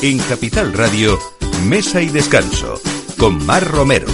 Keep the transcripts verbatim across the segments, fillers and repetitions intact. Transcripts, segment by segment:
En Capital Radio, Mesa y Descanso, con Mar Romero.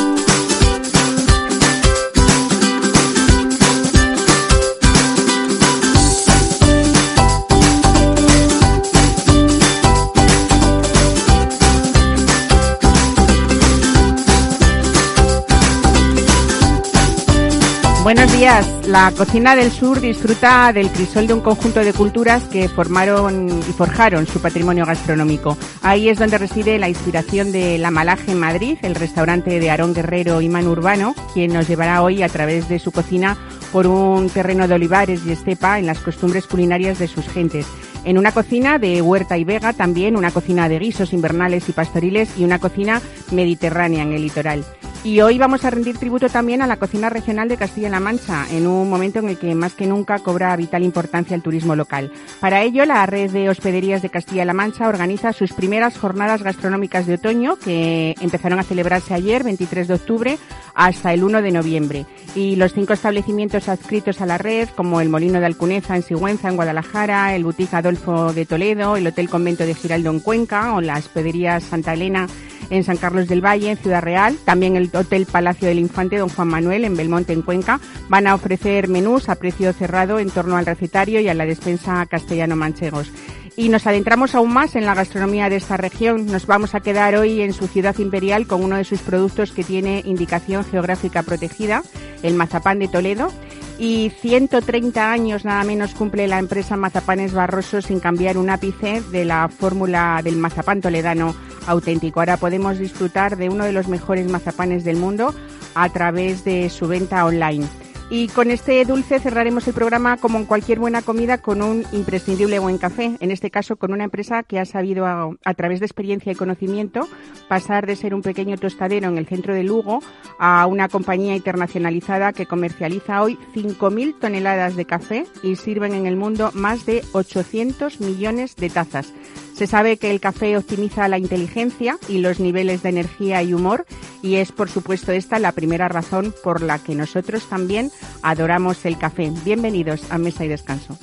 Buenos días. La Cocina del Sur disfruta del crisol de un conjunto de culturas que formaron y forjaron su patrimonio gastronómico. Ahí es donde reside la inspiración de La Malaje en Madrid, el restaurante de Aarón Guerrero y Manu Urbano, quien nos llevará hoy a través de su cocina por un terreno de olivares y estepa en las costumbres culinarias de sus gentes. En una cocina de huerta y vega, también una cocina de guisos invernales y pastoriles y una cocina mediterránea en el litoral. Y hoy vamos a rendir tributo también a la cocina regional de Castilla-La Mancha, en un momento en el que más que nunca cobra vital importancia el turismo local. Para ello, la Red de Hospederías de Castilla-La Mancha organiza sus primeras jornadas gastronómicas de otoño, que empezaron a celebrarse ayer, veintitrés de octubre, hasta el uno de noviembre. Y los cinco establecimientos adscritos a la red, como el Molino de Alcuneza en Sigüenza, en Guadalajara, el Boutique Adolfo de Toledo, el Hotel Convento de Giraldo en Cuenca, o la Hospedería Santa Elena en San Carlos del Valle, en Ciudad Real, también el Hotel Palacio del Infante Don Juan Manuel en Belmonte, en Cuenca, van a ofrecer menús a precio cerrado en torno al recetario y a la despensa castellano-manchegos. Y nos adentramos aún más en la gastronomía de esta región. Nos vamos a quedar hoy en su ciudad imperial con uno de sus productos que tiene indicación geográfica protegida, el mazapán de Toledo. Y ciento treinta años nada menos cumple la empresa Mazapanes Barroso sin cambiar un ápice de la fórmula del mazapán toledano auténtico. Ahora podemos disfrutar de uno de los mejores mazapanes del mundo a través de su venta online. Y con este dulce cerraremos el programa, como en cualquier buena comida, con un imprescindible buen café. En este caso, con una empresa que ha sabido, a, a través de experiencia y conocimiento, pasar de ser un pequeño tostadero en el centro de Lugo a una compañía internacionalizada que comercializa hoy cinco mil toneladas de café y sirven en el mundo más de ochocientos millones de tazas. Se sabe que el café optimiza la inteligencia y los niveles de energía y humor, y es, por supuesto, esta la primera razón por la que nosotros también adoramos el café. Bienvenidos a Mesa y Descanso.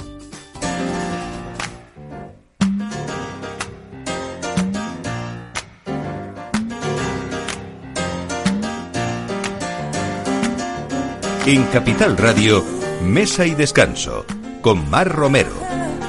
En Capital Radio, Mesa y Descanso, con Mar Romero.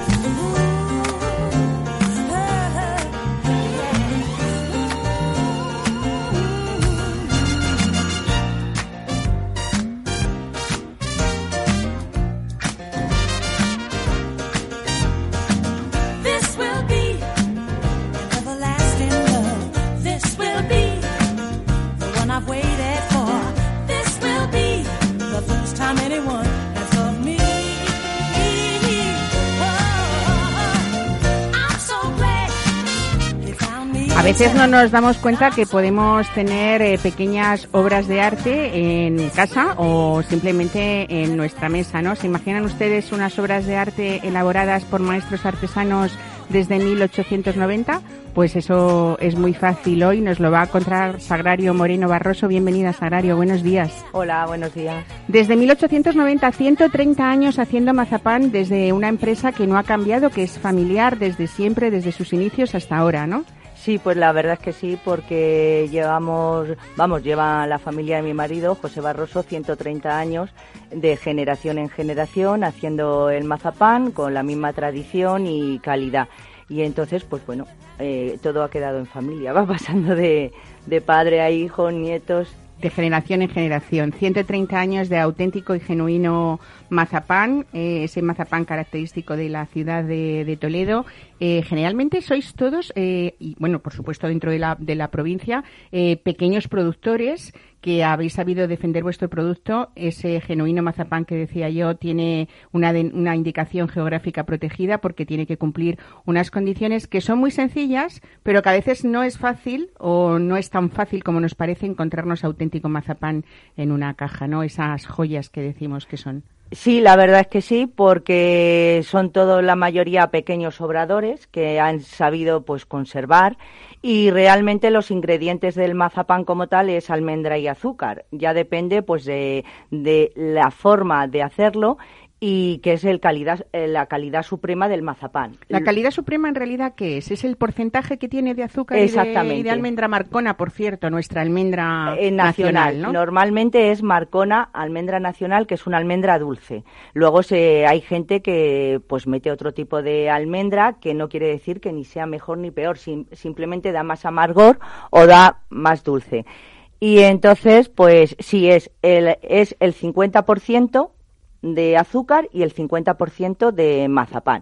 A veces no nos damos cuenta que podemos tener eh, pequeñas obras de arte en casa o simplemente en nuestra mesa, ¿no? ¿Se imaginan ustedes unas obras de arte elaboradas por maestros artesanos desde mil ochocientos noventa? Pues eso es muy fácil hoy, nos lo va a contar Sagrario Moreno Barroso. Bienvenida, Sagrario, buenos días. Hola, buenos días. Desde mil ochocientos noventa, ciento treinta años haciendo mazapán desde una empresa que no ha cambiado, que es familiar desde siempre, desde sus inicios hasta ahora, ¿no? Sí, pues la verdad es que sí, porque llevamos, vamos, lleva la familia de mi marido, José Barroso, ciento treinta años de generación en generación haciendo el mazapán con la misma tradición y calidad. Y entonces, pues bueno, eh, todo ha quedado en familia, va pasando de, de padre a hijo, nietos. De generación en generación. ciento treinta años de auténtico y genuino mazapán, eh, ese mazapán característico de la ciudad de, de Toledo. Eh, generalmente sois todos, eh, y bueno, por supuesto dentro de la, de la provincia, eh, pequeños productores que habéis sabido defender vuestro producto. Ese genuino mazapán que decía yo tiene una, de, una indicación geográfica protegida porque tiene que cumplir unas condiciones que son muy sencillas, pero que a veces no es fácil o no es tan fácil como nos parece encontrarnos auténtico mazapán en una caja, ¿no? Esas joyas que decimos que son. Sí, la verdad es que sí, porque son todos la mayoría pequeños obradores que han sabido pues conservar, y realmente los ingredientes del mazapán como tal es almendra y azúcar. Ya depende pues de, de la forma de hacerlo y que es el calidad, eh, la calidad suprema del mazapán. ¿La calidad suprema en realidad qué es? ¿Es el porcentaje que tiene de azúcar Exactamente. y de, y de almendra Marcona, por cierto, nuestra almendra eh, nacional? nacional, ¿no? Normalmente es Marcona, almendra nacional, que es una almendra dulce. Luego se, hay gente que pues mete otro tipo de almendra, que no quiere decir que ni sea mejor ni peor, sim, simplemente da más amargor o da más dulce. Y entonces, pues sí, es el, es el cincuenta por ciento de azúcar y el cincuenta por ciento de mazapán.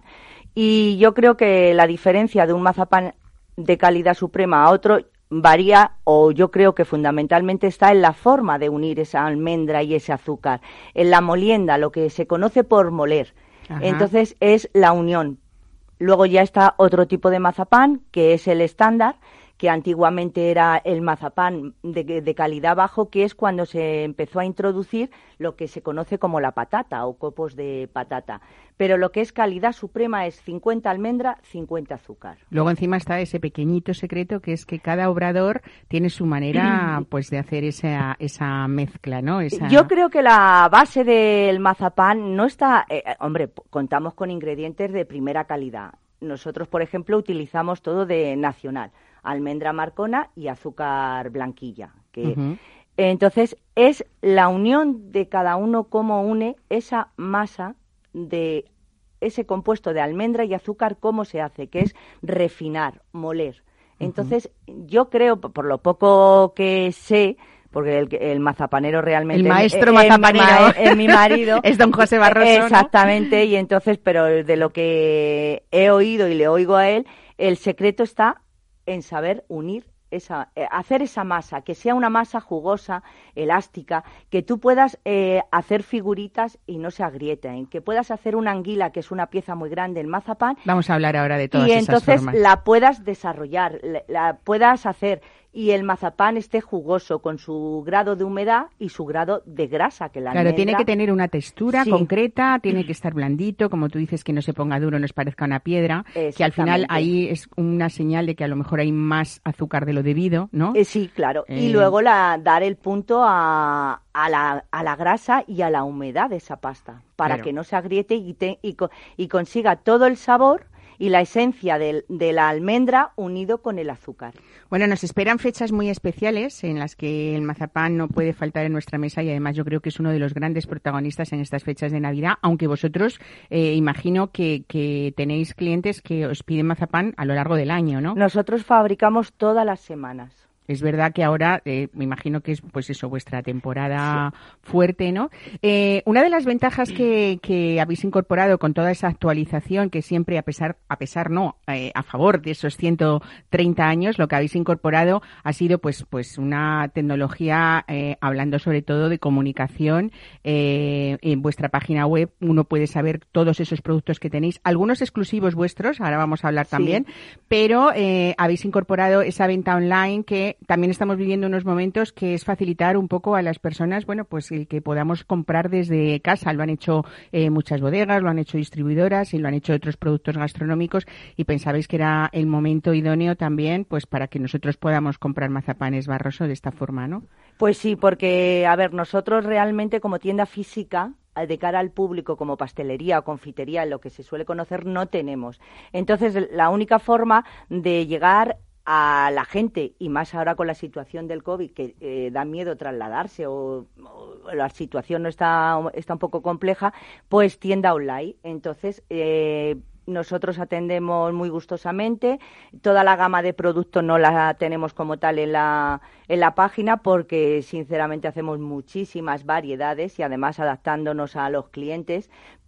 Y yo creo que la diferencia de un mazapán de calidad suprema a otro varía, o yo creo que fundamentalmente está en la forma de unir esa almendra y ese azúcar, en la molienda, lo que se conoce por moler. Ajá. Entonces es la unión. Luego ya está otro tipo de mazapán, que es el estándar, que antiguamente era el mazapán de, de calidad bajo, que es cuando se empezó a introducir lo que se conoce como la patata o copos de patata. Pero lo que es calidad suprema es cincuenta almendra, cincuenta azúcar. Luego encima está ese pequeñito secreto, que es que cada obrador tiene su manera pues de hacer esa, esa mezcla, ¿no? Esa... Yo creo que la base del mazapán no está... Eh, hombre, contamos con ingredientes de primera calidad. Nosotros, por ejemplo, utilizamos todo de nacional. Almendra Marcona y azúcar blanquilla. Que, uh-huh. Entonces, es la unión de cada uno cómo une esa masa de ese compuesto de almendra y azúcar, cómo se hace, que es refinar, moler. Entonces, uh-huh. yo creo, por lo poco que sé, porque el, el mazapanero realmente... El maestro es, mazapanero. Es mi, es mi marido. Es don José Barroso, exactamente, ¿no? Y entonces, pero de lo que he oído y le oigo a él, el secreto está en saber unir esa, eh, hacer esa masa, que sea una masa jugosa, elástica, que tú puedas eh, hacer figuritas y no se agrieten, que puedas hacer una anguila, que es una pieza muy grande en mazapán. Vamos a hablar ahora de todas y esas formas. Y entonces la puedas desarrollar, la, la puedas hacer, y el mazapán esté jugoso con su grado de humedad y su grado de grasa. Que la claro, almendra... tiene que tener una textura sí. concreta, tiene que estar blandito, como tú dices, que no se ponga duro, nos parezca una piedra, que al final ahí es una señal de que a lo mejor hay más azúcar de lo debido, ¿no? Eh, sí, claro. Eh... Y luego la, dar el punto a, a, la, a la grasa y a la humedad de esa pasta, para claro. que no se agriete y, te, y, y consiga todo el sabor y la esencia de, de la almendra unido con el azúcar. Bueno, nos esperan fechas muy especiales en las que el mazapán no puede faltar en nuestra mesa y además yo creo que es uno de los grandes protagonistas en estas fechas de Navidad, aunque vosotros eh, imagino que, que tenéis clientes que os piden mazapán a lo largo del año, ¿no? Nosotros fabricamos todas las semanas. Es verdad que ahora, eh, me imagino que es, pues eso, vuestra temporada sí. fuerte, ¿no? Eh, una de las ventajas que, que habéis incorporado con toda esa actualización, que siempre, a pesar, a pesar no, eh, a favor de esos ciento treinta años, lo que habéis incorporado ha sido, pues, pues una tecnología, eh, hablando sobre todo de comunicación. Eh, en vuestra página web uno puede saber todos esos productos que tenéis, algunos exclusivos vuestros, ahora vamos a hablar también, sí. pero eh, habéis incorporado esa venta online que también estamos viviendo unos momentos que es facilitar un poco a las personas, bueno, pues el que podamos comprar desde casa. Lo han hecho eh, muchas bodegas, lo han hecho distribuidoras y lo han hecho otros productos gastronómicos y pensabais que era el momento idóneo también, pues para que nosotros podamos comprar mazapanes Barroso de esta forma, ¿no? Pues sí, porque, a ver, nosotros realmente como tienda física, de cara al público, como pastelería o confitería, lo que se suele conocer, no tenemos. Entonces, la única forma de llegar a la gente, y más ahora con la situación del COVID, que eh, da miedo trasladarse o, o la situación no está, está un poco compleja, pues tienda online. Entonces, eh, nosotros atendemos muy gustosamente. Toda la gama de productos no la tenemos como tal en la, en la página porque, sinceramente, hacemos muchísimas variedades y, además, adaptándonos a los clientes,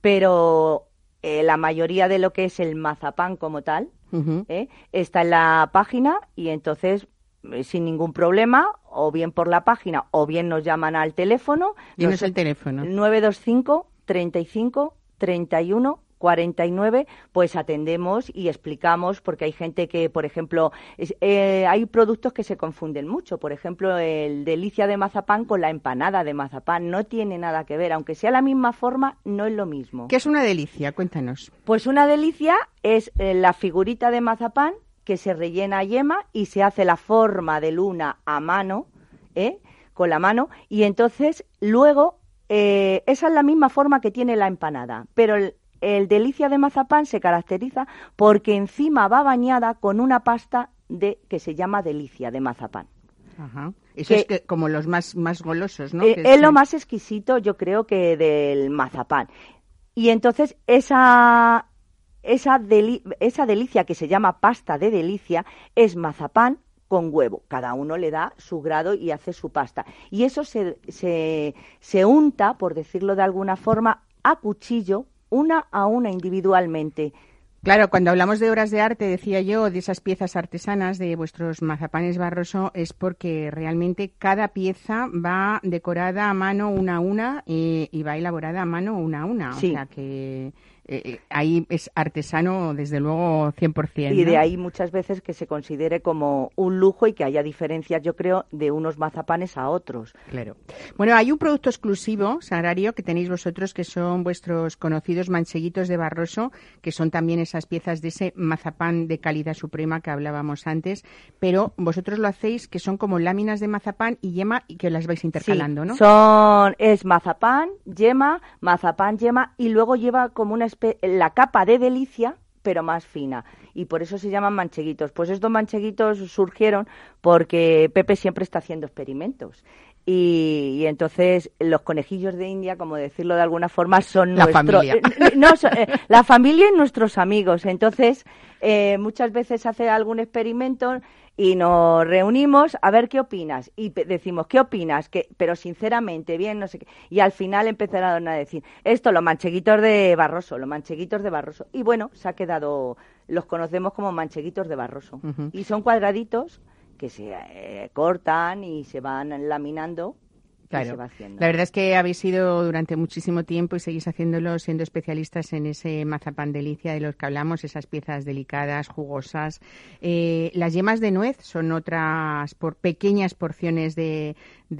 pero eh, la mayoría de lo que es el mazapán como tal, Uh-huh. ¿Eh? está en la página y entonces eh, sin ningún problema, o bien por la página o bien nos llaman al teléfono. ¿Y no es el teléfono? nueve dos cinco, treinta y cinco, treinta y uno, cuarenta y nueve, pues atendemos y explicamos, porque hay gente que, por ejemplo, es, eh, hay productos que se confunden mucho. Por ejemplo, el delicia de mazapán con la empanada de mazapán no tiene nada que ver, aunque sea la misma forma, no es lo mismo. ¿Qué es una delicia? Cuéntanos. Pues una delicia es eh, la figurita de mazapán que se rellena yema y se hace la forma de luna a mano, ¿eh? con la mano, y entonces luego eh, esa es la misma forma que tiene la empanada, pero el, el delicia de mazapán se caracteriza porque encima va bañada con una pasta de que se llama delicia de mazapán. Ajá. Eso que, es que como los más, más golosos, ¿no? Eh, que es, es lo más exquisito, yo creo, que del mazapán. Y entonces esa, esa, deli, esa delicia que se llama pasta de delicia es mazapán con huevo. Cada uno le da su grado y hace su pasta. Y eso se, se, se unta, por decirlo de alguna forma, a cuchillo, una a una individualmente. Claro, cuando hablamos de obras de arte, decía yo, de esas piezas artesanas de vuestros mazapanes Barroso, es porque realmente cada pieza va decorada a mano una a una y, y va elaborada a mano una a una. Sí. O sea que eh, ahí es artesano, desde luego, cien por ciento. Y ¿no? de ahí muchas veces que se considere como un lujo y que haya diferencias, yo creo, de unos mazapanes a otros. Claro. Bueno, hay un producto exclusivo, Sagrario, que tenéis vosotros, que son vuestros conocidos mancheguitos de Barroso, que son también esas piezas de ese mazapán de calidad suprema que hablábamos antes, pero vosotros lo hacéis que son como láminas de mazapán y yema y que las vais intercalando, sí, ¿no? Son, es mazapán, yema, mazapán, yema y luego lleva como una especie, la capa de delicia, pero más fina, y por eso se llaman mancheguitos. Pues estos mancheguitos surgieron porque Pepe siempre está haciendo experimentos. Y, y entonces los conejillos de India, como decirlo de alguna forma, son la nuestros... Familia. No, son, eh, la familia y nuestros amigos. Entonces, eh, muchas veces hace algún experimento y nos reunimos a ver qué opinas. Y pe- decimos, ¿qué opinas? Que, pero sinceramente, bien, no sé qué. Y al final empezaron a decir, esto, los mancheguitos de Barroso, los mancheguitos de Barroso. Y bueno, se ha quedado, los conocemos como mancheguitos de Barroso. Uh-huh. Y son cuadraditos que se eh, cortan y se van laminando. Claro. Y se va haciendo. La verdad es que habéis sido durante muchísimo tiempo y seguís haciéndolo siendo especialistas en ese mazapán delicia de los que hablamos, esas piezas delicadas, jugosas. Eh, las yemas de nuez son otras por pequeñas porciones de,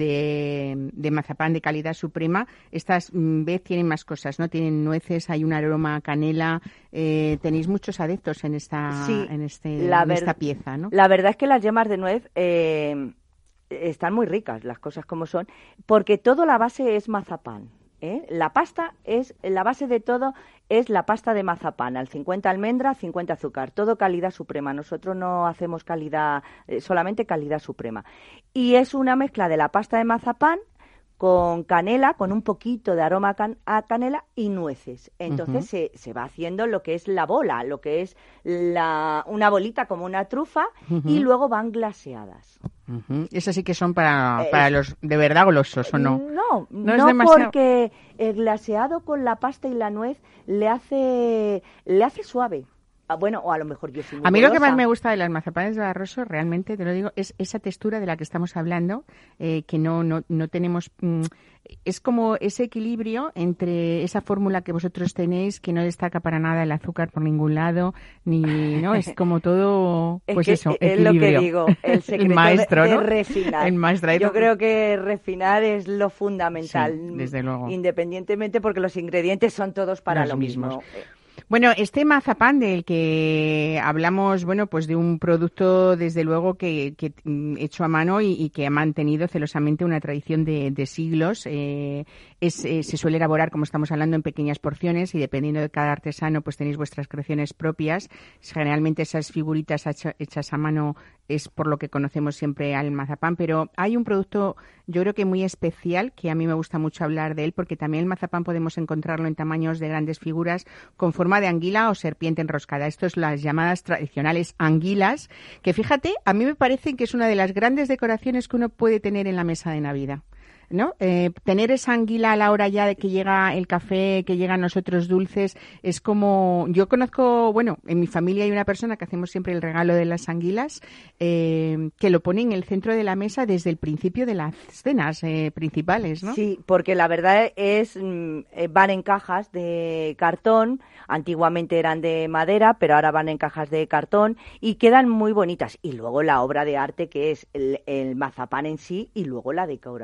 de, de mazapán de calidad suprema. Estas mm, vez tienen más cosas, ¿no? Tienen nueces, hay un aroma a canela. Eh, tenéis muchos adeptos en esta, sí, en este, la en ver- esta pieza, ¿no? La verdad es que las yemas de nuez... Eh, están muy ricas, las cosas como son, porque toda la base es mazapán, ¿eh? La pasta es, la base de todo es la pasta de mazapán, al cincuenta almendra, cincuenta azúcar, todo calidad suprema. Nosotros no hacemos calidad, eh, solamente calidad suprema. Y es una mezcla de la pasta de mazapán con canela, con un poquito de aroma a, can- a canela y nueces. Entonces uh-huh. se, se va haciendo lo que es la bola, lo que es la, una bolita como una trufa uh-huh. y luego van glaseadas. Uh-huh. Esas sí que son para, eh, para los de verdad golosos, ¿o no? No, no, no es demasiado... porque el glaseado con la pasta y la nuez le hace, le hace suave. Ah, bueno, o a lo mejor yo soy muy A mí golosa. Lo que más me gusta de las mazapanes de Barroso, realmente, te lo digo, es esa textura de la que estamos hablando, eh, que no, no, no tenemos... Mmm, es como ese equilibrio entre esa fórmula que vosotros tenéis, que no destaca para nada el azúcar por ningún lado, ni no es como todo, pues es eso, es equilibrio. Es lo que digo, el secreto el maestro, de, de ¿no? refinar. El maestro. Yo creo que refinar es lo fundamental, sí, desde luego. Independientemente porque los ingredientes son todos para los lo mismos. mismo. Bueno, este mazapán del que hablamos, bueno, pues de un producto, desde luego, que, que hecho a mano y, y que ha mantenido celosamente una tradición de, de siglos. Eh, es, eh, se suele elaborar, como estamos hablando, en pequeñas porciones y dependiendo de cada artesano, pues tenéis vuestras creaciones propias. Generalmente esas figuritas hecha, hechas a mano es por lo que conocemos siempre al mazapán, pero hay un producto, yo creo que muy especial, que a mí me gusta mucho hablar de él, porque también el mazapán podemos encontrarlo en tamaños de grandes figuras con forma de anguila o serpiente enroscada. Esto es las llamadas tradicionales anguilas, que fíjate, a mí me parece que es una de las grandes decoraciones que uno puede tener en la mesa de Navidad, ¿no? Eh, tener esa anguila a la hora ya de que llega el café, que llegan nosotros dulces, es como... Yo conozco, bueno, en mi familia hay una persona que hacemos siempre el regalo de las anguilas, eh, que lo pone en el centro de la mesa desde el principio de las cenas eh, principales, ¿no? Sí, porque la verdad es, eh, van en cajas de cartón, antiguamente eran de madera, pero ahora van en cajas de cartón y quedan muy bonitas. Y luego la obra de arte que es el, el mazapán en sí y luego la decoración.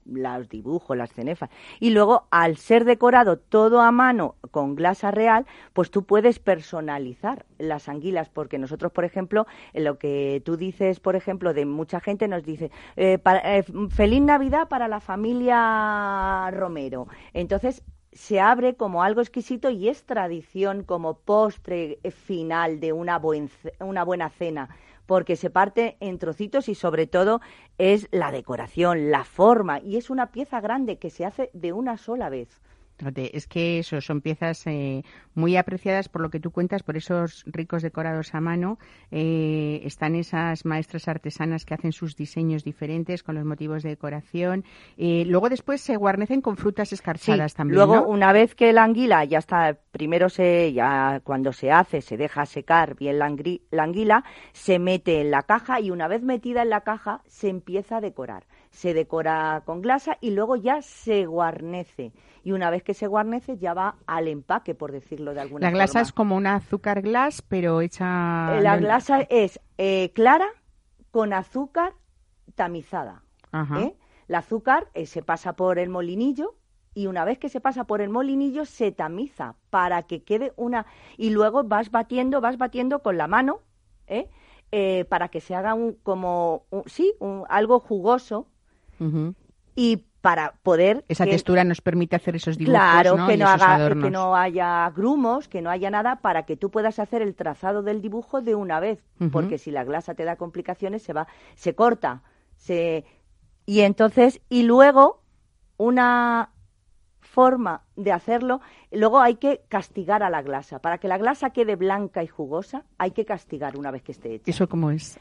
los dibujos, las cenefas. Y luego, al ser decorado todo a mano con glasa real, pues tú puedes personalizar las anguilas, porque nosotros, por ejemplo, en lo que tú dices, por ejemplo, de mucha gente nos dice, eh, para, eh, feliz Navidad para la familia Romero. Entonces, se abre como algo exquisito y es tradición como postre final de una, buen, una buena cena, porque se parte en trocitos y sobre todo es la decoración, la forma, y es una pieza grande que se hace de una sola vez. Es que eso, son piezas eh, muy apreciadas por lo que tú cuentas, por esos ricos decorados a mano. Eh, están esas maestras artesanas que hacen sus diseños diferentes con los motivos de decoración. Eh, luego después se guarnecen con frutas escarchadas sí, también, luego ¿no? Una vez que la anguila ya está, primero se ya cuando se hace, se deja secar bien la, angri, la anguila, se mete en la caja y una vez metida en la caja se empieza a decorar. Se decora con glasa y luego ya se guarnece. Y una vez que se guarnece ya va al empaque, por decirlo de alguna forma. La glasa forma. Es como una azúcar glass, pero hecha... La glasa es eh, clara con azúcar tamizada. Ajá. ¿eh? El azúcar eh, se pasa por el molinillo y una vez que se pasa por el molinillo se tamiza para que quede una... Y luego vas batiendo, vas batiendo con la mano, ¿eh? Eh, para que se haga un como... Un, sí, un, algo jugoso. Uh-huh. Y para poder... Esa que, textura nos permite hacer esos dibujos, claro, ¿no? que, y no esos haga, adornos. que no haya grumos, que no haya nada, para que tú puedas hacer el trazado del dibujo de una vez. Uh-huh. Porque si la glasa te da complicaciones, se va, se corta. se Y entonces, y luego, una forma de hacerlo, luego hay que castigar a la glasa. Para que la glasa quede blanca y jugosa, hay que castigar una vez que esté hecha. ¿Eso cómo es?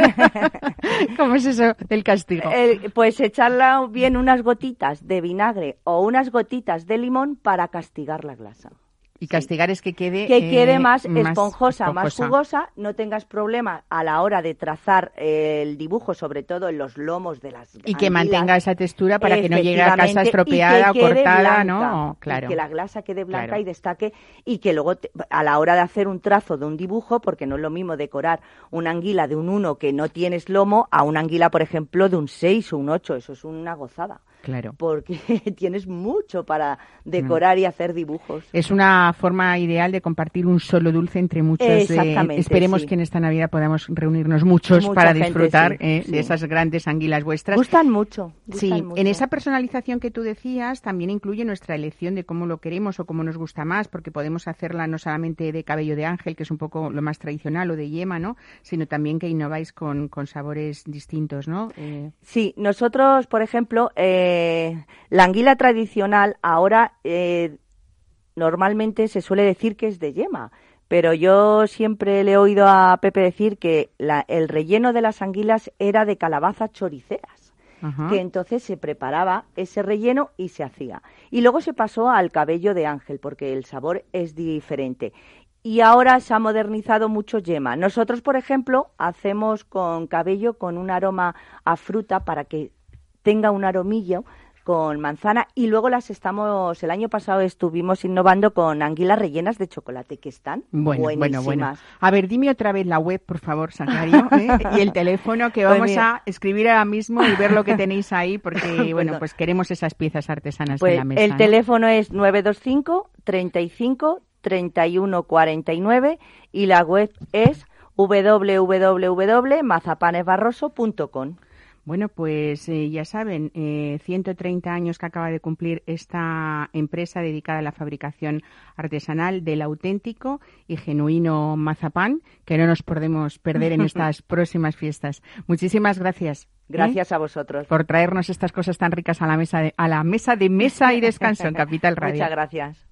¿Cómo es eso del castigo? El, pues echarla bien unas gotitas de vinagre o unas gotitas de limón para castigar la glasa. Y castigar sí. es que quede... Que quede eh, más, más esponjosa, esponjosa, más jugosa, no tengas problema a la hora de trazar eh, el dibujo, sobre todo en los lomos de las Y anguilas. Que mantenga esa textura para que no llegue a casa estropeada o cortada, blanca, ¿no? Claro. Y que la glasa quede blanca claro. y destaque, y que luego te, a la hora de hacer un trazo de un dibujo, porque no es lo mismo decorar una anguila de un uno que no tienes lomo a una anguila, por ejemplo, de un seis o un ocho, eso es una gozada. Claro. Porque tienes mucho para decorar mm. y hacer dibujos. Es una forma ideal de compartir un solo dulce entre muchos. Exactamente, eh, esperemos sí. que en esta Navidad podamos reunirnos muchos Mucha para gente, disfrutar sí, eh, sí. de esas grandes anguilas vuestras. Gustan mucho. Gustan sí, mucho. En esa personalización que tú decías también incluye nuestra elección de cómo lo queremos o cómo nos gusta más, porque podemos hacerla no solamente de cabello de ángel, que es un poco lo más tradicional, o de yema, ¿no? Sino también que innováis con, con sabores distintos, ¿no? Eh... Sí, nosotros, por ejemplo, eh, la anguila tradicional ahora eh, normalmente se suele decir que es de yema, pero yo siempre le he oído a Pepe decir que la, el relleno de las anguilas era de calabazas choriceras, Ajá. que entonces se preparaba ese relleno y se hacía. Y luego se pasó al cabello de ángel, porque el sabor es diferente. Y ahora se ha modernizado mucho yema. Nosotros, por ejemplo, hacemos con cabello con un aroma a fruta para que tenga un aromillo con manzana, y luego las estamos, el año pasado estuvimos innovando con anguilas rellenas de chocolate, que están bueno, buenísimas. Bueno, bueno. A ver, dime otra vez la web, por favor, Sacario, ¿eh? y el teléfono, que vamos pues a escribir ahora mismo y ver lo que tenéis ahí, porque, bueno, pues queremos esas piezas artesanas pues en la mesa. El ¿no? teléfono es nueve dos cinco, treinta y cinco, treinta y uno cuarenta y nueve y la web es doble u doble u doble u doble u punto mazapanes barroso punto com. Bueno, pues eh, ya saben, eh, ciento treinta años que acaba de cumplir esta empresa dedicada a la fabricación artesanal del auténtico y genuino mazapán, que no nos podemos perder en estas próximas fiestas. Muchísimas gracias. Gracias ¿eh? a vosotros. Por traernos estas cosas tan ricas a la mesa de, a la mesa de mesa y descanso en Capital Radio. Muchas gracias.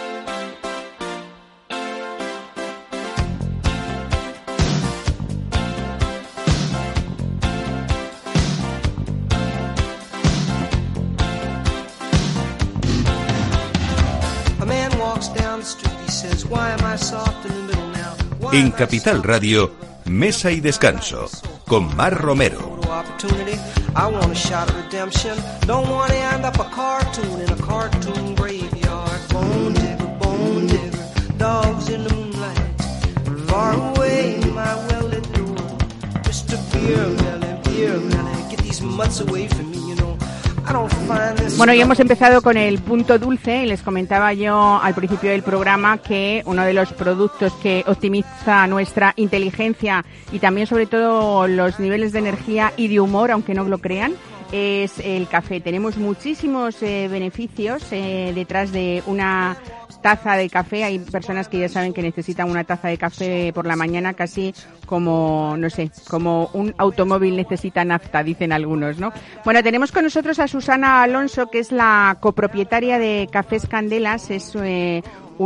En Capital Radio, Mesa y Descanso, con Mar Romero. I don't Bueno, y hemos empezado con el punto dulce y les comentaba yo al principio del programa que uno de los productos que optimiza nuestra inteligencia y también sobre todo los niveles de energía y de humor, aunque no lo crean, es el café. Tenemos muchísimos eh, beneficios eh, detrás de una taza de café. Hay personas que ya saben que necesitan una taza de café por la mañana casi como, no sé, como un automóvil necesita nafta, dicen algunos, ¿no? Bueno, tenemos con nosotros a Susana Alonso, que es la copropietaria de Cafés Candelas. Es eh,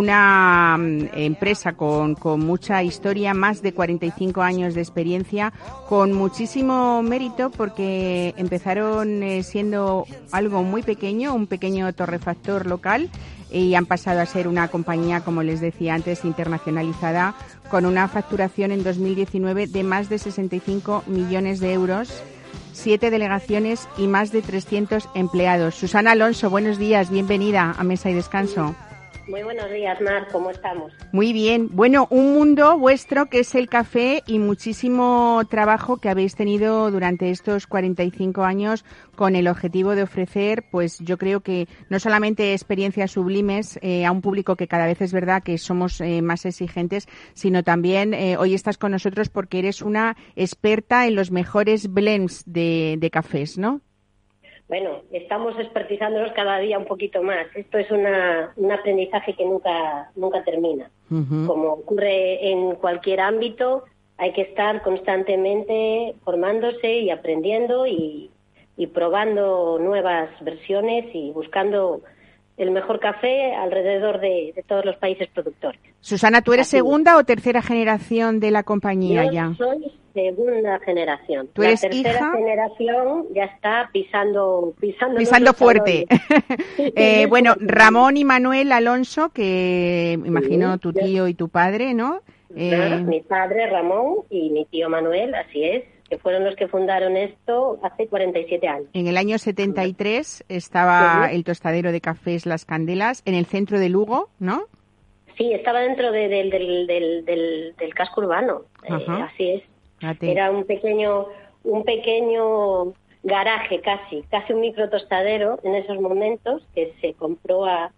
una um, empresa con, con mucha historia, más de cuarenta y cinco años de experiencia, con muchísimo mérito porque empezaron eh, siendo algo muy pequeño, un pequeño torrefactor local, y han pasado a ser una compañía, como les decía antes, internacionalizada, con una facturación en dos mil diecinueve de más de sesenta y cinco millones de euros, siete delegaciones y más de trescientos empleados. Susana Alonso, buenos días, bienvenida a Mesa y Descanso. Muy buenos días, Mar, ¿cómo estamos? Muy bien. Bueno, un mundo vuestro que es el café y muchísimo trabajo que habéis tenido durante estos cuarenta y cinco años con el objetivo de ofrecer, pues yo creo que no solamente experiencias sublimes eh, a un público que cada vez es verdad que somos eh, más exigentes, sino también eh, hoy estás con nosotros porque eres una experta en los mejores blends de, de cafés, ¿no? Bueno, estamos expertizándonos cada día un poquito más. Esto es una, un aprendizaje que nunca, nunca termina. Uh-huh. Como ocurre en cualquier ámbito, hay que estar constantemente formándose y aprendiendo y, y probando nuevas versiones y buscando el mejor café alrededor de, de todos los países productores. Susana, ¿tú eres Así segunda es. o tercera generación de la compañía Yo ya? soy segunda generación. ¿Tú eres la tercera hija? generación ya está pisando pisando, pisando fuerte. eh, bueno, Ramón y Manuel Alonso, que me imagino tu tío y tu padre, ¿no? Eh... Mi padre Ramón y mi tío Manuel, así es, que fueron los que fundaron esto hace cuarenta y siete años. En el año setenta y tres estaba sí. el tostadero de cafés Las Candelas en el centro de Lugo, ¿no? Sí, estaba dentro de, de, del, del, del, del casco urbano, eh, así es. Fíjate. Era un pequeño, un pequeño garaje casi, casi un micro tostadero en esos momentos que se compró a,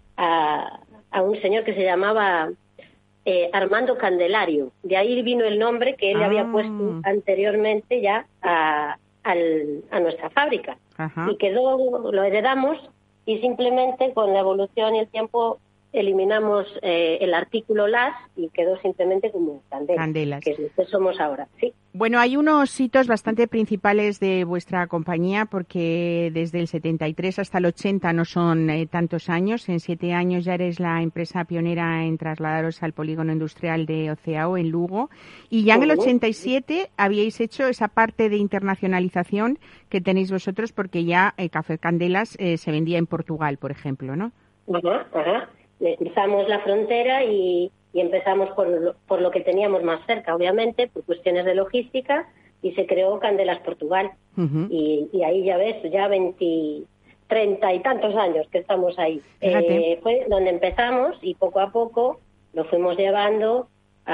a, a un señor que se llamaba eh, Armando Candelario. De ahí vino el nombre que él le ah. había puesto anteriormente ya a, al, a nuestra fábrica. Ajá. Y quedó, lo heredamos y simplemente con la evolución y el tiempo eliminamos eh, el artículo las y quedó simplemente como candelas, candelas. que es lo que somos ahora, sí. Bueno, hay unos hitos bastante principales de vuestra compañía porque desde el setenta y tres hasta el ochenta no son eh, tantos años. En siete años ya eres la empresa pionera en trasladaros al polígono industrial de Oceao en Lugo y ya en el ochenta y siete habíais hecho esa parte de internacionalización que tenéis vosotros porque ya el Café Candelas eh, se vendía en Portugal, por ejemplo, ¿no? Ajá, ajá. Cruzamos la frontera y, y empezamos por lo, por lo que teníamos más cerca, obviamente, por cuestiones de logística, y se creó Candelas Portugal. Uh-huh. Y, y ahí ya ves, ya veinte, treinta y tantos años que estamos ahí. Eh, fue donde empezamos y poco a poco lo fuimos llevando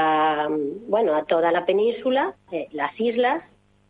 a, bueno, a toda la península, eh, las islas,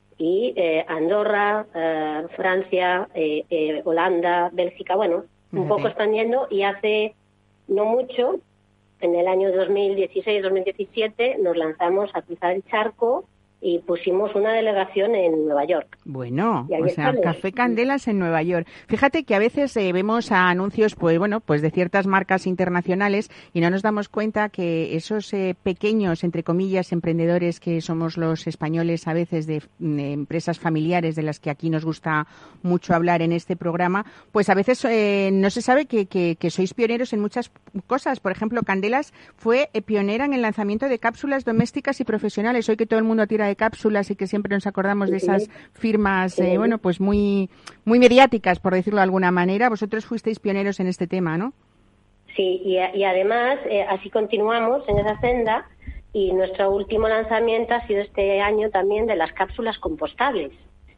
y eh, Andorra, eh, Francia, eh, eh, Holanda, Bélgica, bueno, un uh-huh. poco expandiendo, y hace no mucho, en el año dos mil dieciséis dos mil diecisiete, nos lanzamos a cruzar el charco y pusimos una delegación en Nueva York. Bueno, o sea, Café Candelas en Nueva York. Fíjate que a veces eh, vemos a anuncios, pues bueno, pues de ciertas marcas internacionales y no nos damos cuenta que esos eh, pequeños, entre comillas, emprendedores que somos los españoles a veces de, de empresas familiares de las que aquí nos gusta mucho hablar en este programa, pues a veces eh, no se sabe que, que, que sois pioneros en muchas cosas. Por ejemplo, Candelas fue eh, pionera en el lanzamiento de cápsulas domésticas y profesionales. Hoy que todo el mundo tira de cápsulas y que siempre nos acordamos de esas firmas, eh, bueno, pues muy muy mediáticas, por decirlo de alguna manera. Vosotros fuisteis pioneros en este tema, ¿no? Sí, y, y además eh, así continuamos en esa senda y nuestro último lanzamiento ha sido este año también de las cápsulas compostables,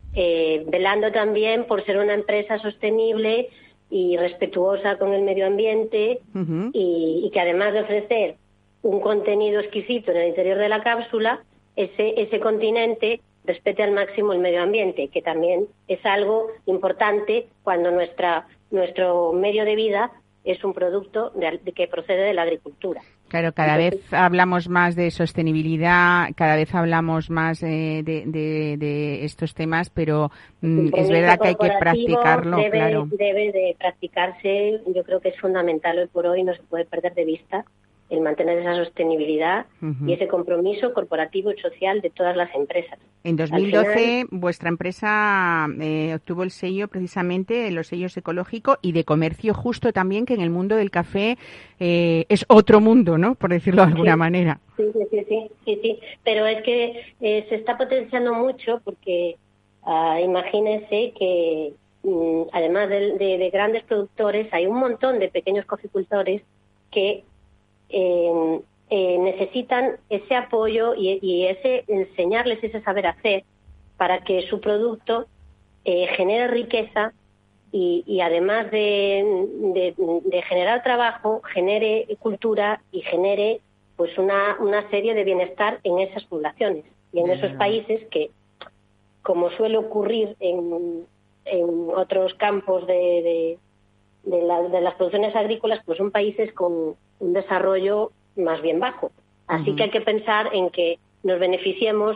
eh, velando también por ser una empresa sostenible y respetuosa con el medio ambiente uh-huh. y, y que además de ofrecer un contenido exquisito en el interior de la cápsula, Ese, ese continente respete al máximo el medio ambiente, que también es algo importante cuando nuestra nuestro medio de vida es un producto de, de que procede de la agricultura. Claro, cada Entonces, vez hablamos más de sostenibilidad, cada vez hablamos más eh, de, de, de estos temas, pero mm, es verdad que hay que practicarlo, debe, claro. Debe de practicarse, yo creo que es fundamental hoy por hoy, no se puede perder de vista el mantener esa sostenibilidad uh-huh. y ese compromiso corporativo y social de todas las empresas. En dos mil doce, final, vuestra empresa eh, obtuvo el sello, precisamente, los sellos ecológico y de comercio justo también, que en el mundo del café eh, es otro mundo, ¿no?, por decirlo de alguna sí, manera. Sí, sí, sí, sí, sí, sí. Pero es que eh, se está potenciando mucho porque uh, imagínense que um, además de, de, de grandes productores, hay un montón de pequeños coficultores que Eh, eh, necesitan ese apoyo y, y ese enseñarles ese saber hacer para que su producto eh, genere riqueza y, y además de, de, de generar trabajo, genere cultura y genere pues una, una serie de bienestar en esas poblaciones y en esos países que, como suele ocurrir en, en otros campos de, de, de, la, de las producciones agrícolas, pues son países con un desarrollo más bien bajo. Así uh-huh. que hay que pensar en que nos beneficiemos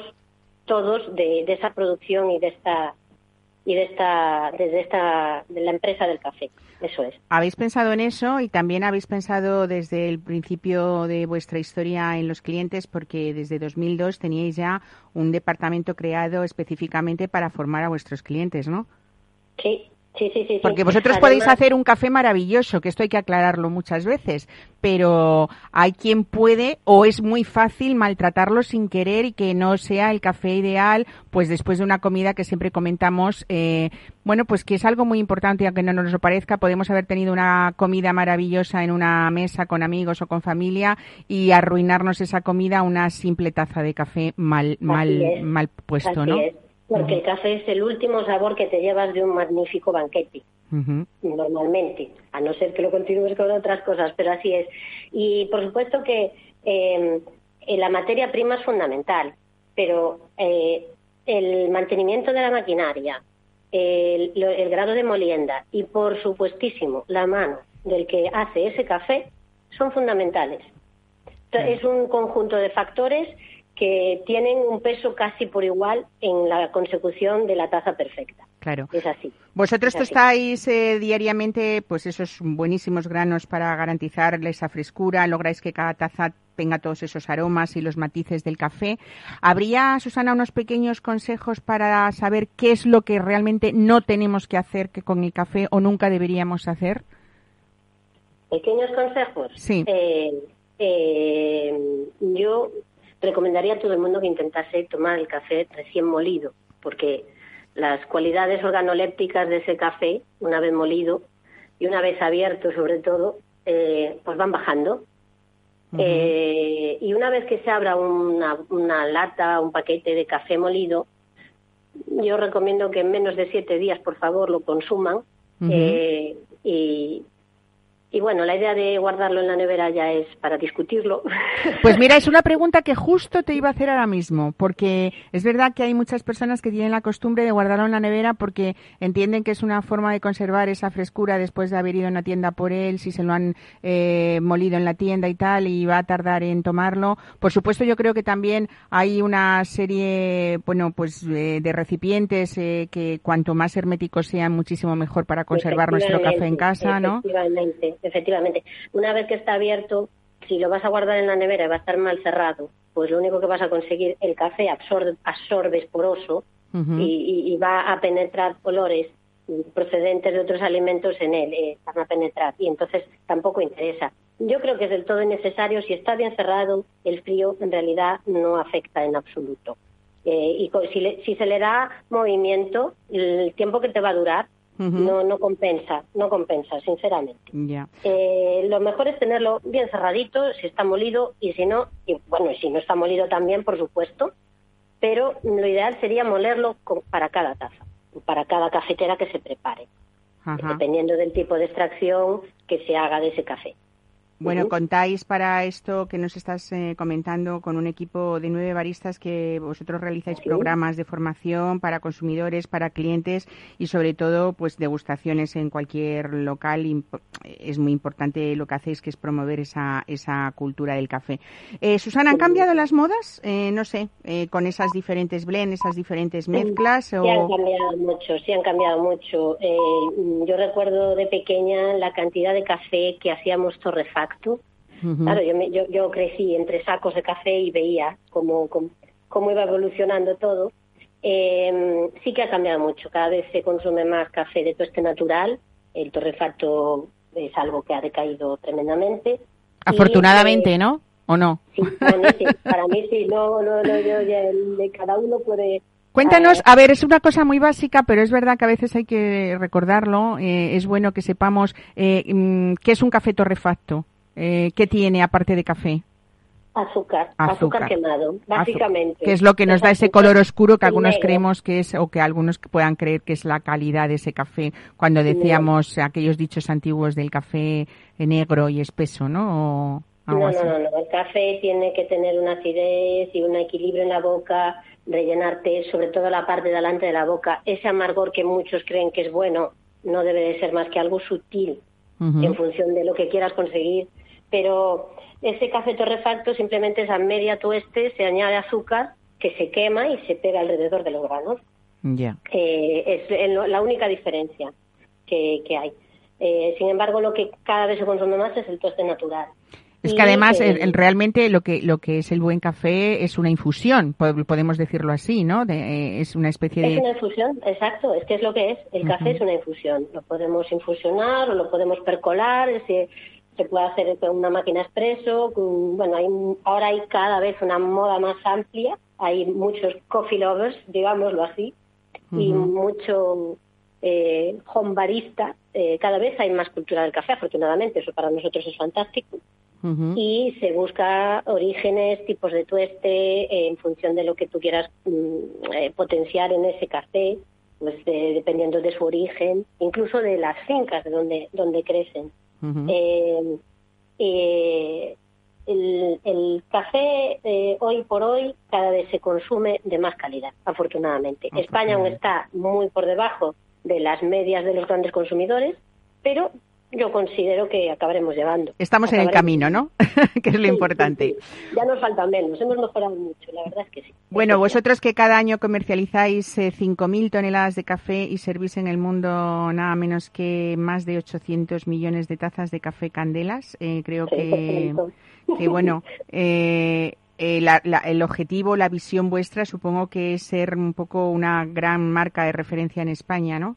todos de, de esa producción y de esta y de esta desde esta de la empresa del café. Eso es. ¿Habéis pensado en eso y también habéis pensado desde el principio de vuestra historia en los clientes? Porque desde dos mil dos teníais ya un departamento creado específicamente para formar a vuestros clientes, ¿no? Sí. Sí, sí, sí. Porque sí. vosotros Además, podéis hacer un café maravilloso, que esto hay que aclararlo muchas veces, pero hay quien puede o es muy fácil maltratarlo sin querer y que no sea el café ideal, pues después de una comida que siempre comentamos, eh, bueno, pues que es algo muy importante, aunque no nos lo parezca, podemos haber tenido una comida maravillosa en una mesa con amigos o con familia y arruinarnos esa comida a una simple taza de café mal, mal, mal puesto, así ¿no? Es. Porque uh-huh. el café es el último sabor que te llevas de un magnífico banquete, uh-huh. normalmente, a no ser que lo continúes con otras cosas, pero así es. Y por supuesto que eh, la materia prima es fundamental, pero eh, el mantenimiento de la maquinaria, el, el grado de molienda y, por supuestísimo, la mano del que hace ese café son fundamentales. Uh-huh. Es un conjunto de factores que tienen un peso casi por igual en la consecución de la taza perfecta. Claro. Es así. Vosotros es así. tostáis eh, diariamente pues esos buenísimos granos para garantizar esa frescura, lográis que cada taza tenga todos esos aromas y los matices del café. ¿Habría, Susana, unos pequeños consejos para saber qué es lo que realmente no tenemos que hacer que con el café o nunca deberíamos hacer? ¿Pequeños consejos? Sí. Eh, eh, yo recomendaría a todo el mundo que intentase tomar el café recién molido, porque las cualidades organolépticas de ese café, una vez molido y una vez abierto sobre todo, eh, pues van bajando. Uh-huh. Eh, y una vez que se abra una, una lata, un paquete de café molido, yo recomiendo que en menos de siete días, por favor, lo consuman. Uh-huh. eh, y Y bueno, la idea de guardarlo en la nevera ya es para discutirlo. Pues mira, es una pregunta que justo te iba a hacer ahora mismo, porque es verdad que hay muchas personas que tienen la costumbre de guardarlo en la nevera porque entienden que es una forma de conservar esa frescura después de haber ido a una tienda por él, si se lo han eh, molido en la tienda y tal, y va a tardar en tomarlo. Por supuesto, yo creo que también hay una serie, bueno, pues eh, de recipientes eh, que cuanto más herméticos sean, muchísimo mejor para conservar nuestro café en casa, ¿no? Efectivamente. Efectivamente, una vez que está abierto, si lo vas a guardar en la nevera y va a estar mal cerrado, pues lo único que vas a conseguir, el café absorbe, absorbe es poroso uh-huh. y, y, y va a penetrar olores procedentes de otros alimentos en él, eh, van a penetrar y entonces tampoco interesa. Yo creo que es del todo innecesario, si está bien cerrado, el frío en realidad no afecta en absoluto. Eh, y si, le, si se le da movimiento, el tiempo que te va a durar, Uh-huh. No, no compensa, no compensa, sinceramente. Yeah. Eh, lo mejor es tenerlo bien cerradito, si está molido, y si no, y bueno, y si no está molido también, por supuesto, pero lo ideal sería molerlo con, para cada taza, para cada cafetera que se prepare, uh-huh. dependiendo del tipo de extracción que se haga de ese café. Bueno, contáis para esto que nos estás eh, comentando con un equipo de nueve baristas que vosotros realizáis sí. programas de formación para consumidores, para clientes y sobre todo pues degustaciones en cualquier local. Es muy importante lo que hacéis, que es promover esa esa cultura del café. Eh, Susana, ¿han cambiado las modas? Eh, no sé, eh, con esas diferentes blends, esas diferentes mezclas. Sí, o... han cambiado mucho, sí han cambiado mucho. Eh, yo recuerdo de pequeña la cantidad de café que hacíamos torrefacto. Uh-huh. Claro, yo, me, yo, yo crecí entre sacos de café y veía cómo, cómo, cómo iba evolucionando todo. Eh, sí que ha cambiado mucho, cada vez se consume más café de tueste natural, el torrefacto es algo que ha decaído tremendamente. Afortunadamente, y, eh, ¿no? ¿O no? Sí, para mí sí, para mí sí, no, no, no, yo, ya, de cada uno puede... Cuéntanos, a ver, es una cosa muy básica, pero es verdad que a veces hay que recordarlo, eh, es bueno que sepamos eh, qué es un café torrefacto. Eh, ¿Qué tiene aparte de café? Azúcar, azúcar, azúcar quemado, básicamente. Azúcar, que es lo que nos da ese color oscuro que algunos negro. creemos que es, o que algunos puedan creer que es la calidad de ese café, cuando decíamos negro. Aquellos dichos antiguos del café negro y espeso, ¿no? O algo no, así. no, no, no, el café tiene que tener una acidez y un equilibrio en la boca, rellenarte sobre todo la parte de delante de la boca. Ese amargor que muchos creen que es bueno, no debe de ser más que algo sutil, uh-huh. en función de lo que quieras conseguir. Pero ese café torrefacto simplemente es a media tueste, se añade azúcar que se quema y se pega alrededor de los granos. Yeah. Eh, es la única diferencia que, que hay. Eh, sin embargo, lo que cada vez se consume más es el tueste natural. Es que además eh, el, realmente lo que lo que es el buen café es una infusión, podemos decirlo así, ¿no? De, eh, es una especie de... Es una infusión, exacto, es que es lo que es. El uh-huh. café es una infusión. Lo podemos infusionar o lo podemos percolar, ese... se puede hacer con una máquina expreso, con, bueno, hay, ahora hay cada vez una moda más amplia, hay muchos coffee lovers, digámoslo así, uh-huh. y mucho eh, home barista, eh, cada vez hay más cultura del café, afortunadamente, eso para nosotros es fantástico, uh-huh. y se busca orígenes, tipos de tueste, eh, en función de lo que tú quieras mm, eh, potenciar en ese café, pues eh, dependiendo de su origen, incluso de las fincas de donde, donde crecen. Uh-huh. Eh, eh, el, el café eh, hoy por hoy cada vez se consume de más calidad, afortunadamente. Okay. España aún está muy por debajo de las medias de los grandes consumidores, pero yo considero que acabaremos llevando. Estamos acabaremos. en el camino, ¿no? Que es lo sí, importante. Sí, sí. Ya nos falta menos, hemos mejorado mucho, la verdad es que sí. Bueno, vosotros que cada año comercializáis eh, cinco mil toneladas de café y servís en el mundo nada menos que más de ochocientos millones de tazas de café Candelas, eh, creo sí, que, que, bueno, eh, eh, la, la, el objetivo, la visión vuestra supongo que es ser un poco una gran marca de referencia en España, ¿no?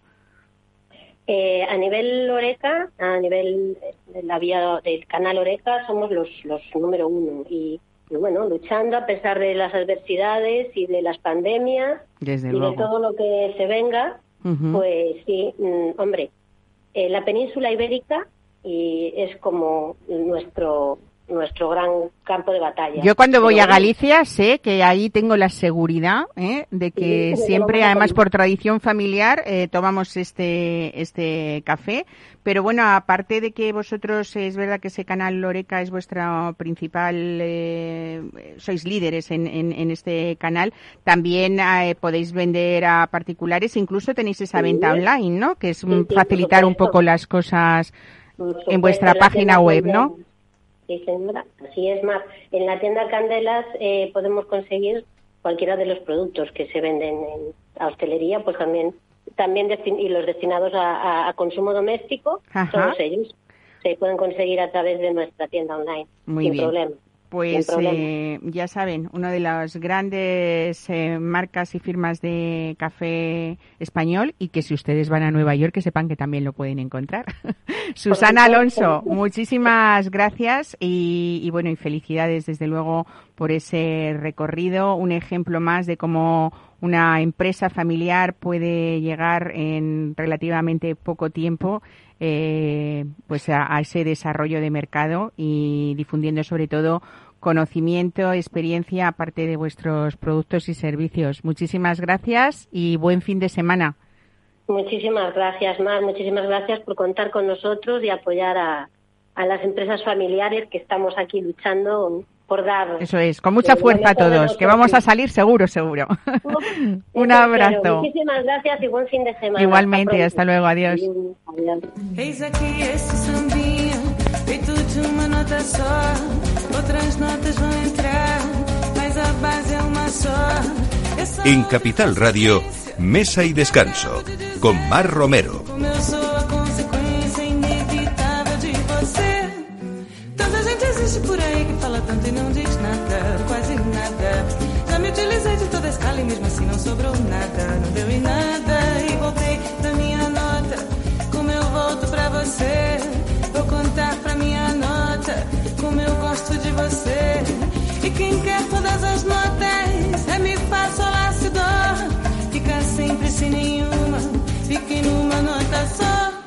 Eh, a nivel Oreca, a nivel de la vía del canal Oreca, somos los, los número uno y, y bueno, luchando a pesar de las adversidades y de las pandemias Desde y luego. de todo lo que se venga, uh-huh. pues sí, mm, hombre, eh, la península ibérica y es como nuestro nuestro gran campo de batalla. Yo cuando voy pero, a Galicia sé que ahí tengo la seguridad ¿eh? de que sí, siempre, además por tradición familiar, eh, tomamos este este café. Pero bueno, aparte de que vosotros, es verdad que ese canal Oreca es vuestra principal, eh, sois líderes en, en, en este canal, también eh, podéis vender a particulares, incluso tenéis esa sí. venta online, ¿no? Que es sí, sí, facilitar un poco las cosas en vuestra página web, ¿no? Sí, señora, así es más. En la tienda Candelas eh, podemos conseguir cualquiera de los productos que se venden en la hostelería, pues también también destin- y los destinados a, a, a consumo doméstico, Ajá. todos ellos se pueden conseguir a través de nuestra tienda online, Muy sin bien. problema. Pues eh, ya saben, una de las grandes eh, marcas y firmas de café español y que si ustedes van a Nueva York que sepan que también lo pueden encontrar. Susana Alonso, muchísimas gracias y, y bueno, y felicidades desde luego por ese recorrido, un ejemplo más de cómo una empresa familiar puede llegar en relativamente poco tiempo eh, pues a, a ese desarrollo de mercado y difundiendo sobre todo conocimiento, experiencia aparte de vuestros productos y servicios. Muchísimas gracias y buen fin de semana. Muchísimas gracias, Mar. Muchísimas gracias por contar con nosotros y apoyar a, a las empresas familiares que estamos aquí luchando por dar. Eso es, con mucha fuerza a todos, que vamos a salir seguro, seguro. Un abrazo. Pero muchísimas gracias y buen fin de semana. Igualmente, hasta, hasta luego, adiós. Adiós. Eis aqui esse sambinha, feito de uma nota só. Outras notas vão entrar, mas a base é uma só. En Capital Radio, Mesa y Descanso, con Mar Romero. Como eu sou a consequência inevitável de você. Tanta gente existe por aí que fala tanto e não diz nada, quase nada. Já me utilizei de toda a escala e mesmo assim não sobrou nada. Não deu em nada e voltei da minha nota. Como eu volto pra você, vou contar pra minha nota como eu gosto de você. E quem quer todas as notas é mi, fá, sol, lá, si, dó. Fica sempre sem nenhuma, fique numa nota só.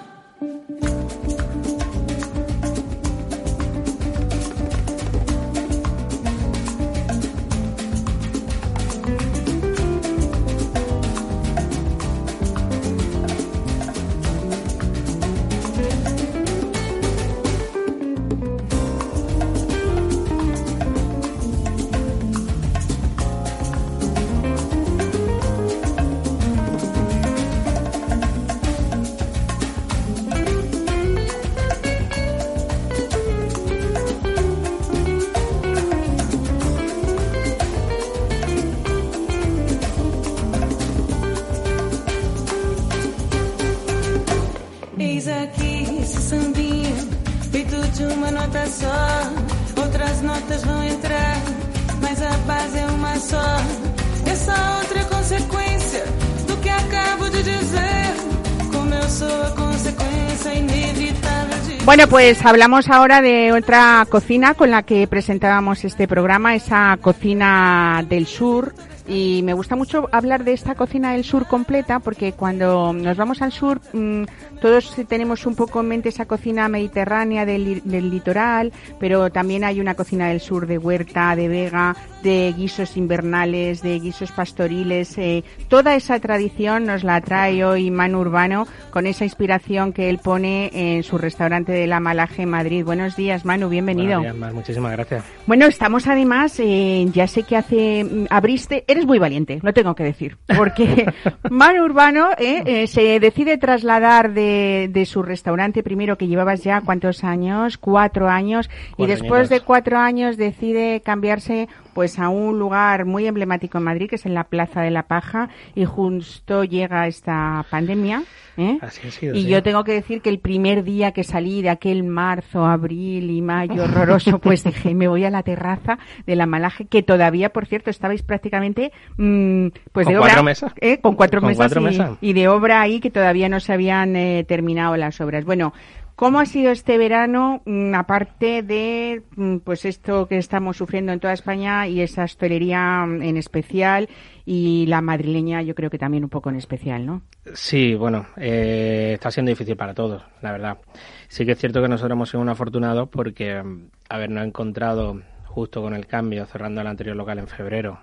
Bueno, pues hablamos ahora de otra cocina con la que presentábamos este programa, esa cocina del sur. Y me gusta mucho hablar de esta cocina del sur completa porque cuando nos vamos al sur mmm, todos tenemos un poco en mente esa cocina mediterránea del, del litoral, pero también hay una cocina del sur de Huerta, de Vega, de guisos invernales, de guisos pastoriles. Eh, toda esa tradición nos la trae hoy Manu Urbano con esa inspiración que él pone en su restaurante de La Malaje en Madrid. Buenos días, Manu, bienvenido. Buenos días, Mar, muchísimas gracias. Bueno, estamos además, eh, ya sé que hace, abriste, eres muy valiente, lo tengo que decir, porque Manu Urbano eh, eh, se decide trasladar de, de su restaurante, primero que llevabas ya, ¿cuántos años? Cuatro años, cuatro y después añitos. de cuatro años decide cambiarse pues a un lugar muy emblemático en Madrid, que es en la Plaza de la Paja, y justo llega esta pandemia, ¿eh? Así ha sido, y sí. Yo tengo que decir que el primer día que salí de aquel marzo, abril y mayo horroroso, pues dije, me voy a la terraza de La Malaje, que todavía, por cierto, estabais prácticamente mmm, pues ¿Con de obra, cuatro mesas? ¿eh? Con cuatro ¿Con mesas, cuatro y, mesas? y de obra ahí que todavía no se habían eh, terminado las obras. Bueno, ¿cómo ha sido este verano, mmm, aparte de mmm, pues esto que estamos sufriendo en toda España y esa hostelería en especial y la madrileña yo creo que también un poco en especial, ¿no? Sí, bueno, eh, está siendo difícil para todos, la verdad. Sí que es cierto que nosotros hemos sido un afortunados porque habernos encontrado justo con el cambio, cerrando el anterior local en febrero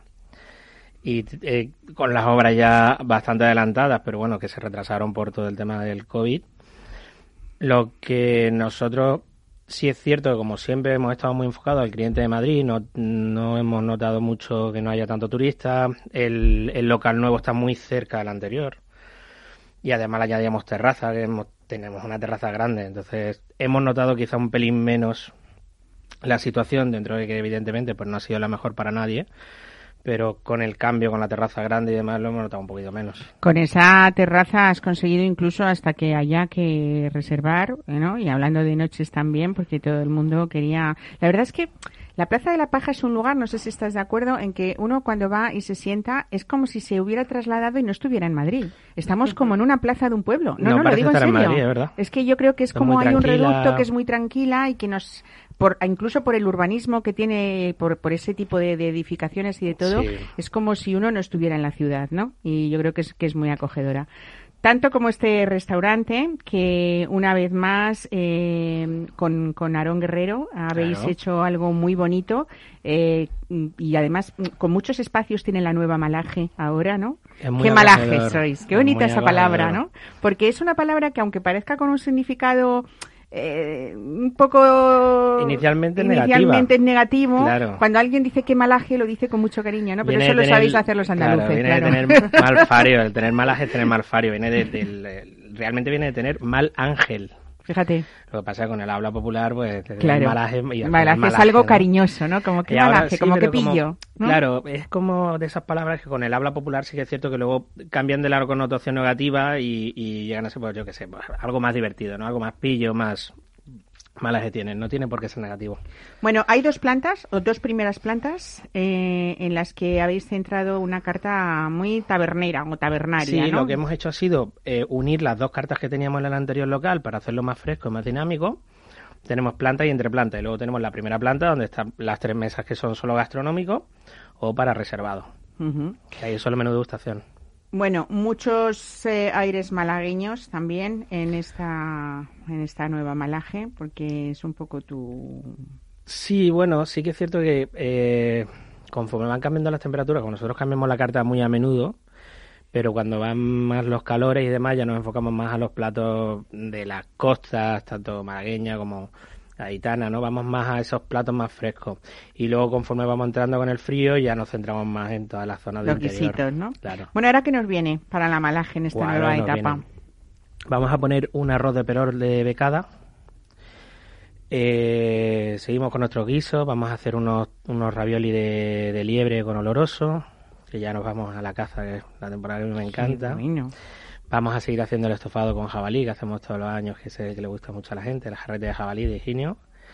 y eh, con las obras ya bastante adelantadas, pero bueno, que se retrasaron por todo el tema del COVID. Lo que nosotros, sí es cierto que como siempre hemos estado muy enfocados al cliente de Madrid, no, no hemos notado mucho que no haya tanto turista, el, el local nuevo está muy cerca del anterior y además le añadíamos terraza, que hemos, tenemos una terraza grande, entonces hemos notado quizá un pelín menos la situación, dentro de que evidentemente pues no ha sido la mejor para nadie, pero con el cambio, con la terraza grande y demás, lo hemos notado un poquito menos. Con esa terraza has conseguido incluso hasta que haya que reservar, ¿no? Y hablando de noches también, porque todo el mundo quería... La verdad es que la Plaza de la Paja es un lugar, no sé si estás de acuerdo, en que uno cuando va y se sienta es como si se hubiera trasladado y no estuviera en Madrid. Estamos como en una plaza de un pueblo. No, no, no lo digo en serio. En Madrid, ¿es verdad? Es que yo creo que es Está como hay un reducto que es muy tranquila y que nos... Por, incluso por el urbanismo que tiene, por, por ese tipo de, de edificaciones y de todo, sí. Es como si uno no estuviera en la ciudad, ¿no? Y yo creo que es, que es muy acogedora. Tanto como este restaurante, que una vez más, eh, con, con Aarón Guerrero, habéis claro. hecho algo muy bonito, eh, y además con muchos espacios tiene la nueva Malaje ahora, ¿no? Qué malaje sois, qué bonita esa palabra, ¿no? Porque es una palabra que aunque parezca con un significado... eh, un poco... Inicialmente, inicialmente negativa. negativo. Claro. Cuando alguien dice que malaje, lo dice con mucho cariño, ¿no? Pero Viene eso lo tener, sabéis hacer los andaluces, claro. Viene claro. de tener malfario, el tener malaje es tener malfario, viene de, de, de, realmente viene de tener mal ángel. Fíjate. Lo que pasa es que con el habla popular, pues... Claro. Malaje, y malaje, malaje es algo, ¿no?, cariñoso, ¿no? Como que malaje, sí, como que pillo, como, ¿no? Claro, es como de esas palabras que con el habla popular sí que es cierto que luego cambian de la connotación negativa y, y llegan a ser, pues yo qué sé, pues, algo más divertido, ¿no? Algo más pillo, más... Malaje tienen, no tiene por qué ser negativo. Bueno, hay dos plantas, o dos primeras plantas, eh, en las que habéis centrado una carta muy tabernera o tabernaria, Sí, ¿no? Lo que hemos hecho ha sido eh, unir las dos cartas que teníamos en el anterior local para hacerlo más fresco y más dinámico. Tenemos planta y entreplanta, y luego tenemos la primera planta donde están las tres mesas que son solo gastronómicos o para reservado. Uh-huh. Que ahí es solo menú de degustación. Bueno, muchos eh, aires malagueños también en esta en esta nueva Malaje, porque es un poco tu... Sí, bueno, sí que es cierto que eh, conforme van cambiando las temperaturas, como nosotros cambiamos la carta muy a menudo, pero cuando van más los calores y demás ya nos enfocamos más a los platos de las costas, tanto malagueña como gaditana, ¿no? Vamos más a esos platos más frescos. Y luego, conforme vamos entrando con el frío, ya nos centramos más en todas las zonas del interior. Los guisitos, ¿no? Claro. Bueno, ¿ahora qué nos viene para la Malaje en esta Bueno, nueva etapa? Viene. Vamos a poner un arroz de perol de becada. Eh, seguimos con nuestros guisos. Vamos a hacer unos, unos ravioli de, de liebre con oloroso, que ya nos vamos a la caza, que es la temporada que a mí me encanta. Sí, bueno. Vamos a seguir haciendo el estofado con jabalí, que hacemos todos los años, que sé que le gusta mucho a la gente, la jarrete de jabalí de Higinio.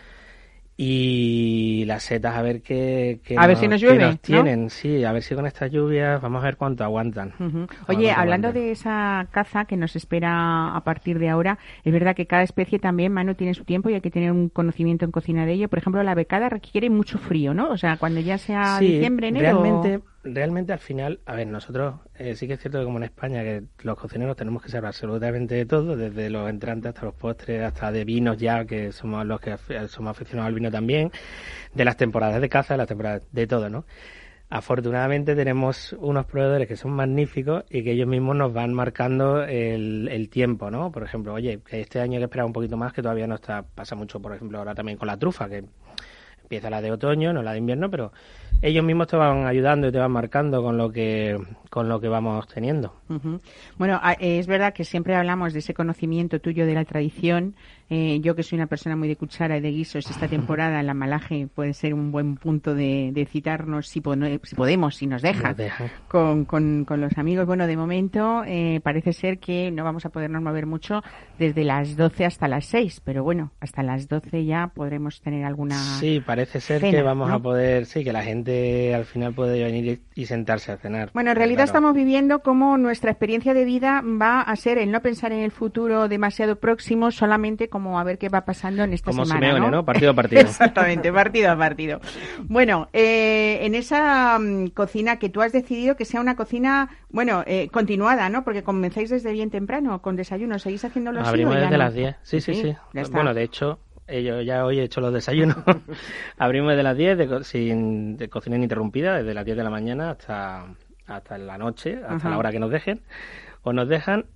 Y las setas, a ver qué, qué a nos, ver si nos llueve, nos tienen, ¿no? Sí, a ver si con estas lluvias vamos a ver cuánto aguantan. Uh-huh. Oye, hablando aguantan. de esa caza que nos espera a partir de ahora, es verdad que cada especie también, Manu, tiene su tiempo y hay que tener un conocimiento en cocina de ello. Por ejemplo, la becada requiere mucho frío, ¿no? O sea, cuando ya sea sí, diciembre, enero... realmente... Realmente al final, a ver, nosotros eh, sí que es cierto que como en España que los cocineros tenemos que saber absolutamente de todo, desde los entrantes hasta los postres, hasta de vinos ya, que somos los que somos aficionados al vino también, de las temporadas de caza, de las temporadas de todo, ¿no? Afortunadamente tenemos unos proveedores que son magníficos y que ellos mismos nos van marcando el, el tiempo, ¿no? Por ejemplo, oye, que este año hay que esperar un poquito más, que todavía no está, pasa mucho, por ejemplo, ahora también con la trufa, que empieza la de otoño, no la de invierno, pero ellos mismos te van ayudando y te van marcando con lo que con lo que vamos teniendo. Uh-huh. Bueno, es verdad que siempre hablamos de ese conocimiento tuyo de la tradición. Eh, yo que soy una persona muy de cuchara y de guisos, esta temporada en la Malaje puede ser un buen punto de, de citarnos, si, po- si podemos, si nos dejan, nos dejan. Con, con, con los amigos. Bueno, de momento eh, parece ser que no vamos a podernos mover mucho desde las doce hasta las seis, pero bueno, hasta las doce ya podremos tener alguna Sí, parece ser cena, que vamos ¿no? a poder, sí, que la gente al final puede venir y, y sentarse a cenar. Bueno, en realidad claro. estamos viviendo cómo nuestra experiencia de vida va a ser el no pensar en el futuro demasiado próximo, solamente como a ver qué va pasando en esta como semana, Simeone, ¿no? ¿no? Partido a partido. Exactamente, partido a partido. Bueno, eh, en esa um, cocina que tú has decidido que sea una cocina, bueno, eh, continuada, ¿no? Porque comenzáis desde bien temprano con desayuno, ¿seguís haciéndolo así? Abrimos o ya desde no? las diez, sí, sí, sí. Ya está. Bueno, de hecho, yo ya hoy he hecho los desayunos. Abrimos desde las diez, de co- sin de cocina ininterrumpida, desde las diez de la mañana hasta, hasta la noche, hasta Ajá. la hora que nos dejen. O nos dejan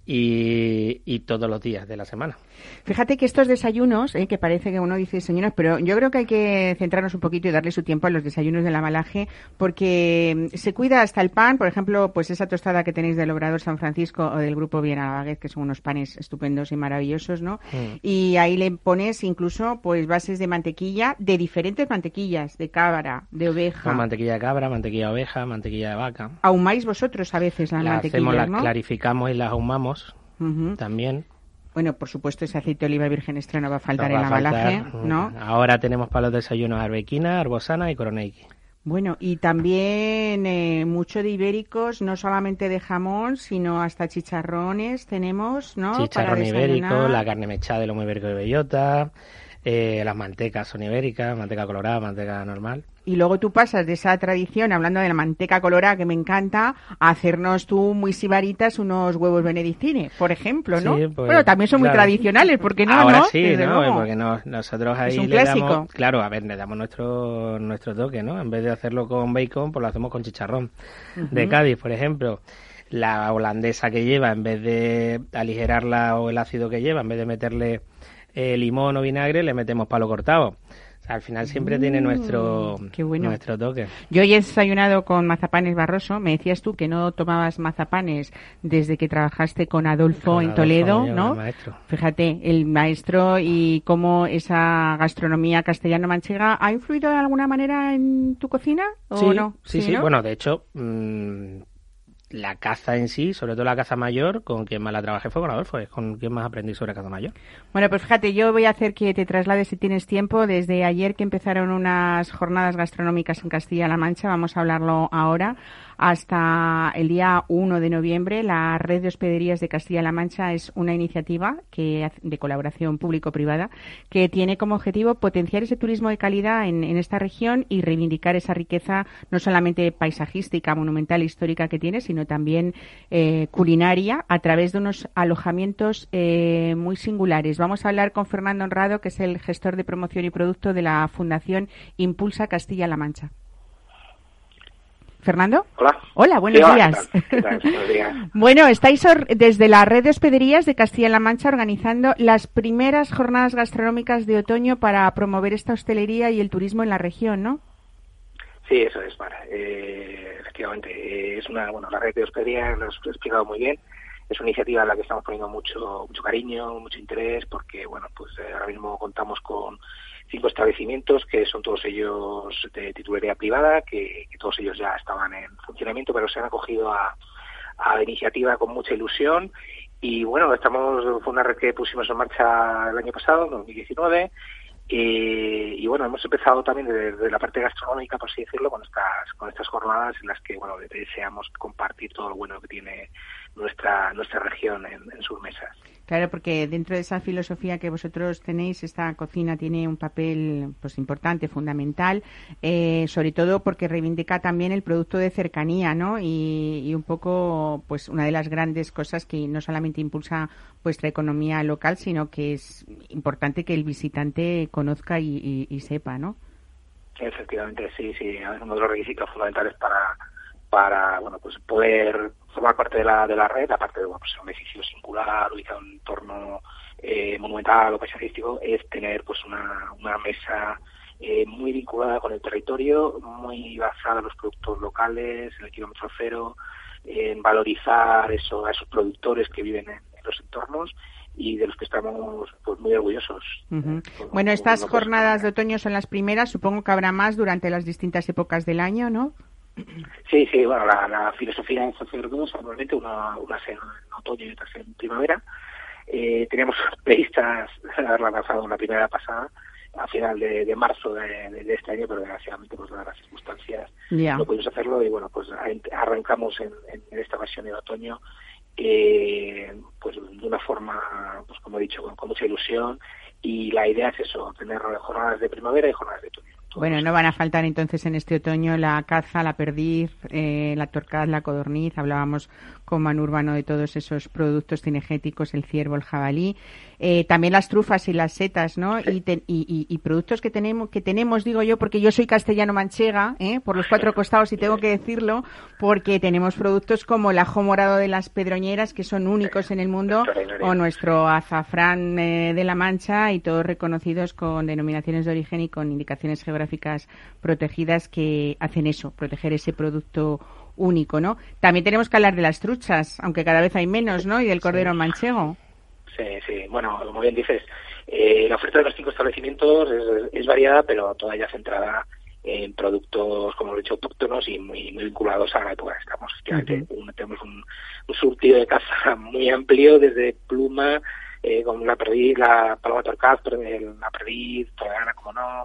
y, y todos los días de la semana. Fíjate que estos desayunos, eh, que parece que uno dice desayunos, pero yo creo que hay que centrarnos un poquito y darle su tiempo a los desayunos de la Malaje, porque se cuida hasta el pan, por ejemplo, pues esa tostada que tenéis del Obrador San Francisco o del Grupo Bien a la Baguette, que son unos panes estupendos y maravillosos, ¿no? Mm. Y ahí le pones incluso pues bases de mantequilla, de diferentes mantequillas, de cabra, de oveja. No, mantequilla de cabra, mantequilla de oveja, mantequilla de vaca. Ahumáis vosotros a veces las la mantequillas, hacemos, la ¿no? clarificamos y las ahumamos uh-huh. también. Bueno, por supuesto, ese aceite de oliva virgen extra no va a faltar no va en la faltar, Malaje, ¿no? Ahora tenemos para los desayunos arbequina, arbosana y coroneiki. Bueno, y también eh, mucho de ibéricos, no solamente de jamón, sino hasta chicharrones tenemos, ¿no? Chicharrón ibérico, la carne mechada de lomo ibérico de bellota, eh, las mantecas son ibéricas, manteca colorada, manteca normal. Y luego tú pasas de esa tradición, hablando de la manteca colorada, que me encanta, a hacernos tú muy sibaritas unos huevos benedictines, por ejemplo, ¿no? Sí, pues, bueno, también son claro. muy tradicionales, ¿por qué no? Ahora ¿no? sí, Desde ¿no? luego. Porque no, nosotros ahí es un le clásico. damos, claro, a ver, le damos nuestro nuestro toque, ¿no? En vez de hacerlo con bacon, pues lo hacemos con chicharrón. Uh-huh. De Cádiz, por ejemplo. La holandesa que lleva, en vez de aligerarla o el ácido que lleva, en vez de meterle eh, limón o vinagre, le metemos palo cortado. Al final siempre mm, tiene nuestro, bueno. nuestro toque. Yo hoy he desayunado con mazapanes Barroso. Me decías tú que no tomabas mazapanes desde que trabajaste con Adolfo con en Adolfo, Toledo, ¿no? El maestro. Fíjate, el maestro y cómo esa gastronomía castellano-manchega ha influido de alguna manera en tu cocina, ¿o sí, no? Sí, sí, sí. ¿no? Bueno, de hecho, mmm, la caza en sí, sobre todo la caza mayor, con quien más la trabajé fue con Adolfo, es con quien más aprendí sobre caza mayor. Bueno, pues fíjate, yo voy a hacer que te traslades si tienes tiempo. Desde ayer que empezaron unas jornadas gastronómicas en Castilla-La Mancha, vamos a hablarlo ahora, hasta el día uno de noviembre, la Red de Hospederías de Castilla-La Mancha es una iniciativa que de colaboración público-privada que tiene como objetivo potenciar ese turismo de calidad en, en esta región y reivindicar esa riqueza no solamente paisajística, monumental, histórica que tiene, sino también eh, culinaria a través de unos alojamientos eh, muy singulares. Vamos a hablar con Fernando Honrado, que es el gestor de promoción y producto de la Fundación Impulsa Castilla-La Mancha. ¿Fernando? Hola. Hola, buenos sí, hola, días. ¿qué tal? ¿Qué tal? Buenos días. Bueno, estáis or- desde la Red de Hospederías de Castilla-La Mancha organizando las primeras jornadas gastronómicas de otoño para promover esta hostelería y el turismo en la región, ¿no? Sí, eso es, Mara. Eh, efectivamente, eh, es una, bueno, la Red de Hospederías, lo has explicado muy bien, es una iniciativa en la que estamos poniendo mucho, mucho cariño, mucho interés, porque, bueno, pues eh, ahora mismo contamos con cinco establecimientos que son todos ellos de titularidad privada, que, que todos ellos ya estaban en funcionamiento, pero se han acogido a, a la iniciativa con mucha ilusión. Y bueno, estamos fue una red que pusimos en marcha el año pasado, dos mil diecinueve, y, y bueno, hemos empezado también desde, desde la parte gastronómica, por así decirlo, con estas con estas jornadas en las que bueno deseamos compartir todo lo bueno que tiene nuestra nuestra región en, en sus mesas. Claro, porque dentro de esa filosofía que vosotros tenéis, esta cocina tiene un papel pues importante, fundamental, eh, sobre todo porque reivindica también el producto de cercanía, ¿no? Y, y un poco, pues una de las grandes cosas que no solamente impulsa vuestra economía local, sino que es importante que el visitante conozca y, y, y sepa, ¿no? Efectivamente, sí, sí. Uno de los requisitos fundamentales para para bueno pues poder formar parte de la de la red, aparte de bueno, pues, un edificio singular ubicado en un entorno eh, monumental o paisajístico, es tener pues una, una mesa eh, muy vinculada con el territorio, muy basada en los productos locales, en el kilómetro cero, en valorizar eso a esos productores que viven en, en los entornos y de los que estamos pues muy orgullosos. Uh-huh. Eh, como, bueno, estas como jornadas de otoño son las primeras, supongo que habrá más durante las distintas épocas del año, ¿no? Sí, sí, bueno, la, la filosofía es hacer dos, normalmente una, una en otoño y otra en primavera. Eh, teníamos previstas haberla lanzado la primera pasada, a final de, de marzo de, de, de este año, pero desgraciadamente, pues dadas las circunstancias, yeah. no pudimos hacerlo y bueno, pues arrancamos en, en esta ocasión en otoño, eh, pues de una forma, pues como he dicho, con, con mucha ilusión, y la idea es eso, tener jornadas de primavera y jornadas de otoño. Bueno, no van a faltar entonces en este otoño la caza, la perdiz, eh, la torcaz, la codorniz. Hablábamos con Manu Urbano de todos esos productos cinegéticos, el ciervo, el jabalí. Eh, también las trufas y las setas, ¿no? Sí. Y, te, y, y, y productos que tenemos, que tenemos, digo yo, porque yo soy castellano-manchega, ¿eh? Por los cuatro costados, y tengo que decirlo, porque tenemos productos como el ajo morado de las Pedroñeras, que son únicos en el mundo, o nuestro azafrán eh, de la Mancha, y todos reconocidos con denominaciones de origen y con indicaciones geográficas protegidas que hacen eso, proteger ese producto único, ¿no? También tenemos que hablar de las truchas, aunque cada vez hay menos, ¿no? Y del cordero sí. manchego. Sí, sí. Bueno, como bien dices, eh, la oferta de los cinco establecimientos es, es variada, pero toda ella centrada en productos, como he dicho, autóctonos y muy, muy vinculados a la época que estamos. Uh-huh. un, tenemos un, un surtido de caza muy amplio, desde pluma, eh, con la perdiz, la paloma torcaz, la perdiz, toledana, como no,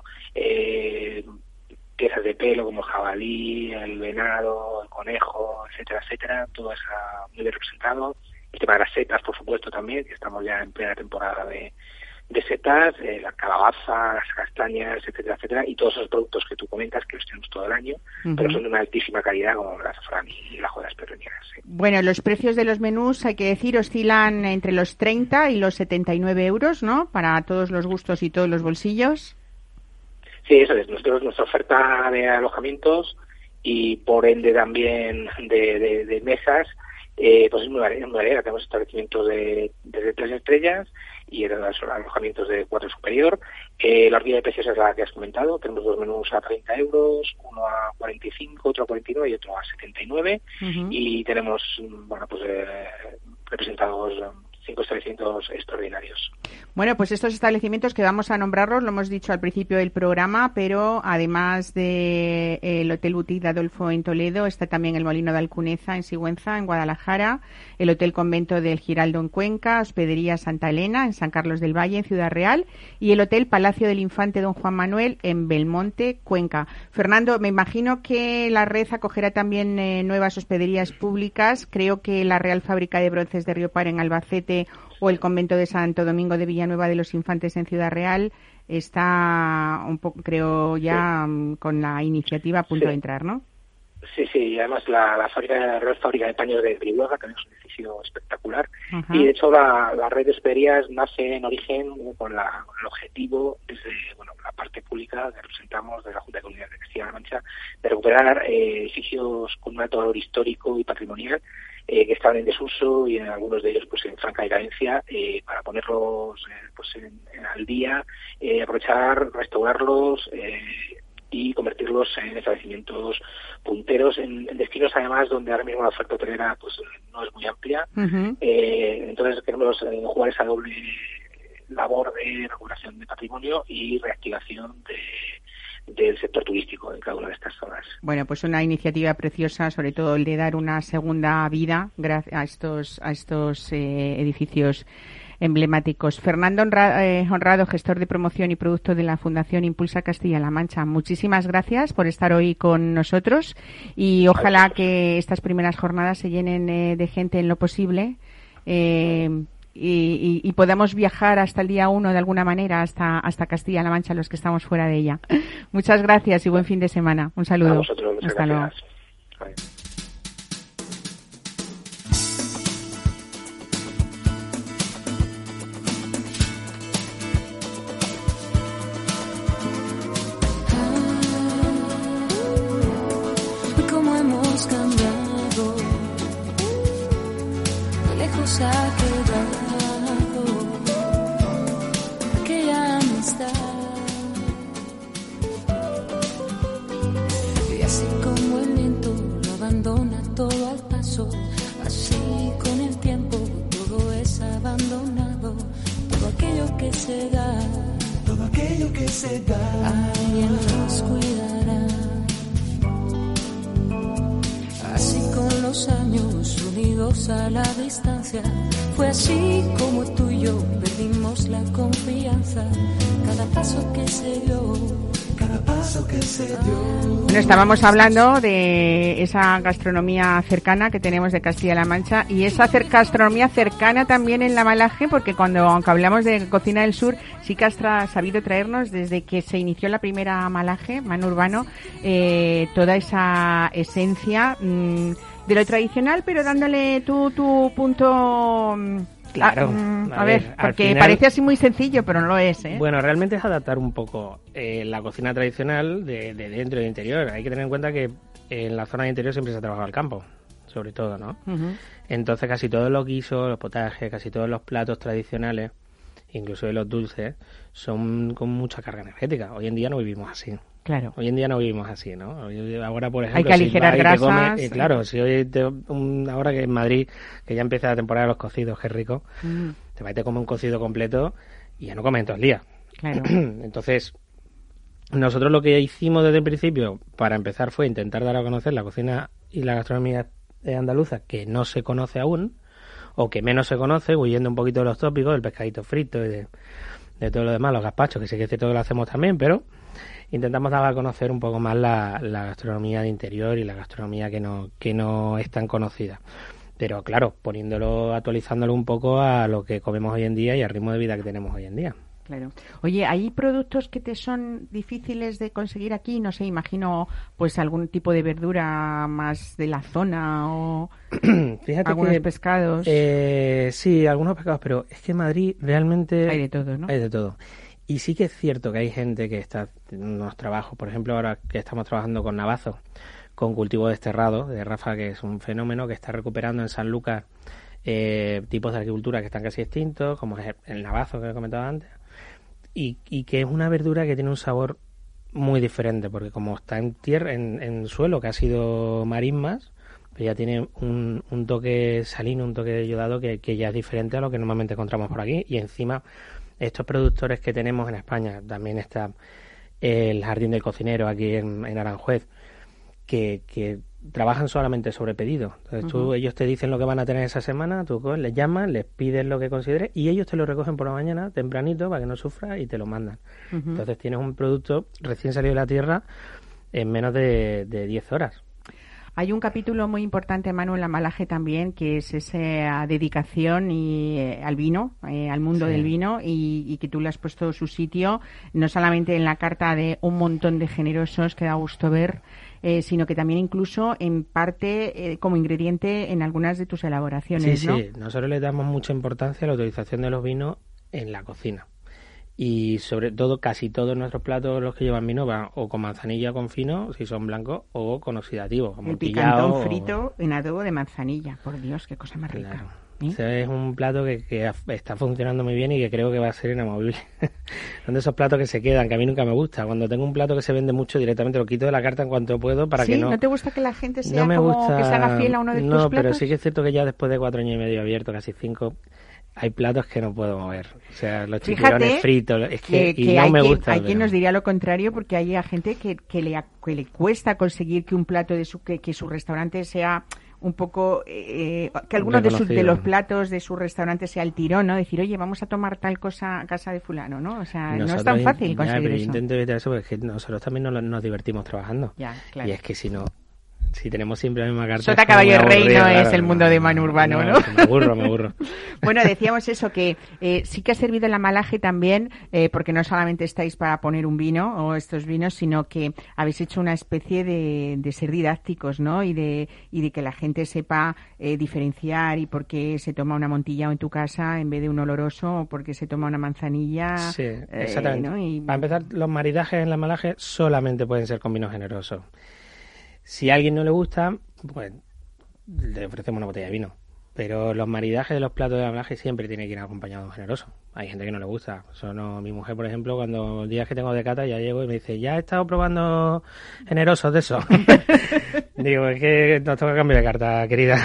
eh, piezas de pelo como el jabalí, el venado, el conejo, etcétera, etcétera, todo eso muy bien representado. El tema de las setas, por supuesto, también, que estamos ya en plena temporada de, de setas, eh, la calabaza, las castañas, etcétera, etcétera, y todos esos productos que tú comentas, que los tenemos todo el año, uh-huh. pero son de una altísima calidad, como el azafrán y el ajo de las Pedroñeras. Sí. Bueno, los precios de los menús, hay que decir, oscilan entre los treinta y los setenta y nueve euros, ¿no? Para todos los gustos y todos los bolsillos. Sí, eso es. Nosotros, nuestra oferta de alojamientos y, por ende, también de, de, de mesas, Eh, pues es muy variada, muy variada. Tenemos establecimientos de desde tres estrellas y en los alojamientos de cuatro superior. Eh, la horquilla de precios es la que has comentado. Tenemos dos menús a treinta euros, uno a cuarenta y cinco, otro a cuarenta y nueve y otro a setenta y nueve. Uh-huh. Y tenemos, bueno, pues eh, representados cinco establecimientos extraordinarios. Bueno, pues estos establecimientos que vamos a nombrarlos, lo hemos dicho al principio del programa, pero además de eh, el Hotel Boutique de Adolfo en Toledo, está también el Molino de Alcuneza en Sigüenza, en Guadalajara, el Hotel Convento del Giraldo en Cuenca, Hospedería Santa Elena en San Carlos del Valle, en Ciudad Real, y el Hotel Palacio del Infante Don Juan Manuel en Belmonte, Cuenca. Fernando, me imagino que la red acogerá también eh, nuevas hospederías públicas. Creo que la Real Fábrica de Bronces de Riopar en Albacete o el convento de Santo Domingo de Villanueva de los Infantes en Ciudad Real está un poco, creo, ya sí. con la iniciativa a punto sí. de entrar, ¿no? Sí, sí, y además la, la fábrica, la Real Fábrica de Paños de Brihuega, que es un edificio espectacular. Ajá. Y de hecho la, la red de hospederías nace en origen con, la, con el objetivo, desde bueno, la parte pública que representamos de la Junta de Comunidades de Castilla-La Mancha, de recuperar eh, edificios con un alto valor histórico y patrimonial, Eh, que estaban en desuso y en algunos de ellos pues en franca decadencia, eh, para ponerlos eh, pues en, en al día, eh, aprovechar, restaurarlos eh, y convertirlos en establecimientos punteros en, en destinos además donde ahora mismo la oferta hotelera pues no es muy amplia. Uh-huh. eh, entonces queremos eh, jugar esa doble labor de recuperación de patrimonio y reactivación de del sector turístico en cada una de estas zonas. Bueno, pues una iniciativa preciosa, sobre todo el de dar una segunda vida gracias a estos a estos eh, edificios emblemáticos. Fernando Honrado, eh, Honrado, gestor de promoción y producto de la Fundación Impulsa Castilla-La Mancha, muchísimas gracias por estar hoy con nosotros y ojalá que estas primeras jornadas se llenen eh, de gente en lo posible. Eh, Y, y, y podamos viajar hasta el día uno de alguna manera hasta hasta Castilla-La Mancha los que estamos fuera de ella. Muchas gracias y buen fin de semana. Un saludo. A vosotros, muchas hasta gracias. Luego. Ah, cómo hemos cambiado, lejos ha quedado aquella amistad, y así como el viento lo abandona todo al paso, así con el tiempo todo es abandonado, todo aquello que se da, todo aquello que se da, alguien nos cuidará. Así con los años unidos a la distancia, fue así como tú y yo perdimos la confianza. Cada paso que se dio, cada paso que se dio. Bueno, estábamos hablando de esa gastronomía cercana que tenemos de Castilla-La Mancha y esa cer- gastronomía cercana también en la Malaje, porque cuando, aunque hablamos de cocina del sur, sí que has tra- sabido traernos desde que se inició la primera Malaje, Manu Urbano, eh, toda esa esencia mmm, de lo tradicional, pero dándole tu, tu punto. Claro. A, a, a ver, ver porque final, parece así muy sencillo, pero no lo es, ¿eh? Bueno, realmente es adaptar un poco eh, la cocina tradicional de, de dentro y de interior. Hay que tener en cuenta que en la zona de interior siempre se ha trabajado el campo, sobre todo, ¿no? Uh-huh. Entonces casi todos los guisos, los potajes, casi todos los platos tradicionales, incluso de los dulces, son con mucha carga energética. Hoy en día no vivimos así. Claro. Hoy en día no vivimos así, ¿no? Hoy, ahora, por ejemplo, hay que aligerar si grasas. Come, eh, claro, si hoy te, un, ahora que en Madrid, que ya empieza la temporada de los cocidos, qué rico, mm. te vas y te comes un cocido completo y ya no comes en todo el día. Claro. Entonces, nosotros lo que hicimos desde el principio, para empezar, fue intentar dar a conocer la cocina y la gastronomía andaluza, que no se conoce aún, o que menos se conoce, huyendo un poquito de los tópicos, del pescadito frito y de, de todo lo demás, los gazpachos, que sí que es cierto que lo hacemos también, pero intentamos dar a conocer un poco más la, la gastronomía de interior y la gastronomía que no, que no es tan conocida. Pero claro, poniéndolo, actualizándolo un poco a lo que comemos hoy en día y al ritmo de vida que tenemos hoy en día. Claro. Oye, ¿hay productos que te son difíciles de conseguir aquí? No sé, imagino pues algún tipo de verdura más de la zona o Fíjate algunos que, pescados. Eh, sí, algunos pescados, pero es que en Madrid realmente hay de todo, ¿no? Hay de todo. Y sí que es cierto que hay gente que está en unos trabajos, por ejemplo, ahora que estamos trabajando con Navazo, con cultivo desterrado de Rafa, que es un fenómeno que está recuperando en San Lucas eh, tipos de agricultura que están casi extintos, como es el navazo que he comentado antes, y, y que es una verdura que tiene un sabor muy diferente, porque como está en tierra, en, en suelo que ha sido marismas, pues ya tiene un, un toque salino, un toque yodado que, que ya es diferente a lo que normalmente encontramos por aquí. Y encima, estos productores que tenemos en España, también está el Jardín del Cocinero aquí en, en Aranjuez, que, que trabajan solamente sobre pedido. Entonces tú, uh-huh. ellos te dicen lo que van a tener esa semana, tú les llamas, les pides lo que consideres y ellos te lo recogen por la mañana, tempranito, para que no sufras, y te lo mandan. Uh-huh. Entonces tienes un producto recién salido de la tierra en menos de, de diez horas. Hay un capítulo muy importante, Manu, en la Malaje también, que es esa dedicación y, eh, al vino, eh, al mundo sí. del vino, y, y que tú le has puesto su sitio, no solamente en la carta de un montón de generosos que da gusto ver, eh, sino que también incluso en parte eh, como ingrediente en algunas de tus elaboraciones, sí, ¿no? Sí, nosotros le damos mucha importancia a la utilización de los vinos en la cocina. Y sobre todo, casi todos nuestros platos, los que llevan vino, van o con manzanilla o con fino, si son blancos, o con oxidativo. Como el picantón o... frito en adobo de manzanilla. Por Dios, qué cosa más rica. Claro. ¿Eh? Ese es un plato que, que está funcionando muy bien y que creo que va a ser inamovible. Son de esos platos que se quedan, que a mí nunca me gusta. Cuando tengo un plato que se vende mucho, directamente lo quito de la carta en cuanto puedo para ¿Sí? que no... ¿No te gusta que la gente sea no me como gusta... que se haga fiel a uno de no, tus platos? No, pero sí que es cierto que ya después de cuatro años y medio abierto, casi cinco... Hay platos que no puedo mover, o sea, los chipirones fritos, es que, que, y que no hay me quien, gusta. Hay pero... quien nos diría lo contrario, porque hay gente que, que, le, que le cuesta conseguir que un plato de su que, que su restaurante sea un poco, eh, que algunos de, sus, de los platos de su restaurante sea el tirón, ¿no? Decir, oye, vamos a tomar tal cosa a casa de fulano, ¿no? O sea, nosotros no es tan fácil ya, conseguir pero eso. Intento evitar eso porque es que nosotros también nos, nos divertimos trabajando. Ya, claro. Y es que si no... Si tenemos siempre la misma carta... Sota, caballo y rey no es el mundo de Manu Urbano, ¿no? Me aburro, me aburro. Bueno, decíamos eso, que eh, sí que ha servido la Malaje también, eh, porque no solamente estáis para poner un vino o estos vinos, sino que habéis hecho una especie de, de ser didácticos, ¿no? Y de, y de que la gente sepa eh, diferenciar y por qué se toma una Montillao en tu casa en vez de un oloroso, o por qué se toma una manzanilla. Sí, exactamente. Eh, ¿no? Y... Para empezar, los maridajes en la Malaje solamente pueden ser con vinos generosos. Si a alguien no le gusta, pues le ofrecemos una botella de vino. Pero los maridajes de los platos de la Malaje siempre tienen que ir acompañados de un generoso. Hay gente que no le gusta. Eso no, mi mujer, por ejemplo, cuando los días que tengo de cata, ya llego y me dice, ya he estado probando generosos de eso. Digo, es que nos toca cambio de carta, querida.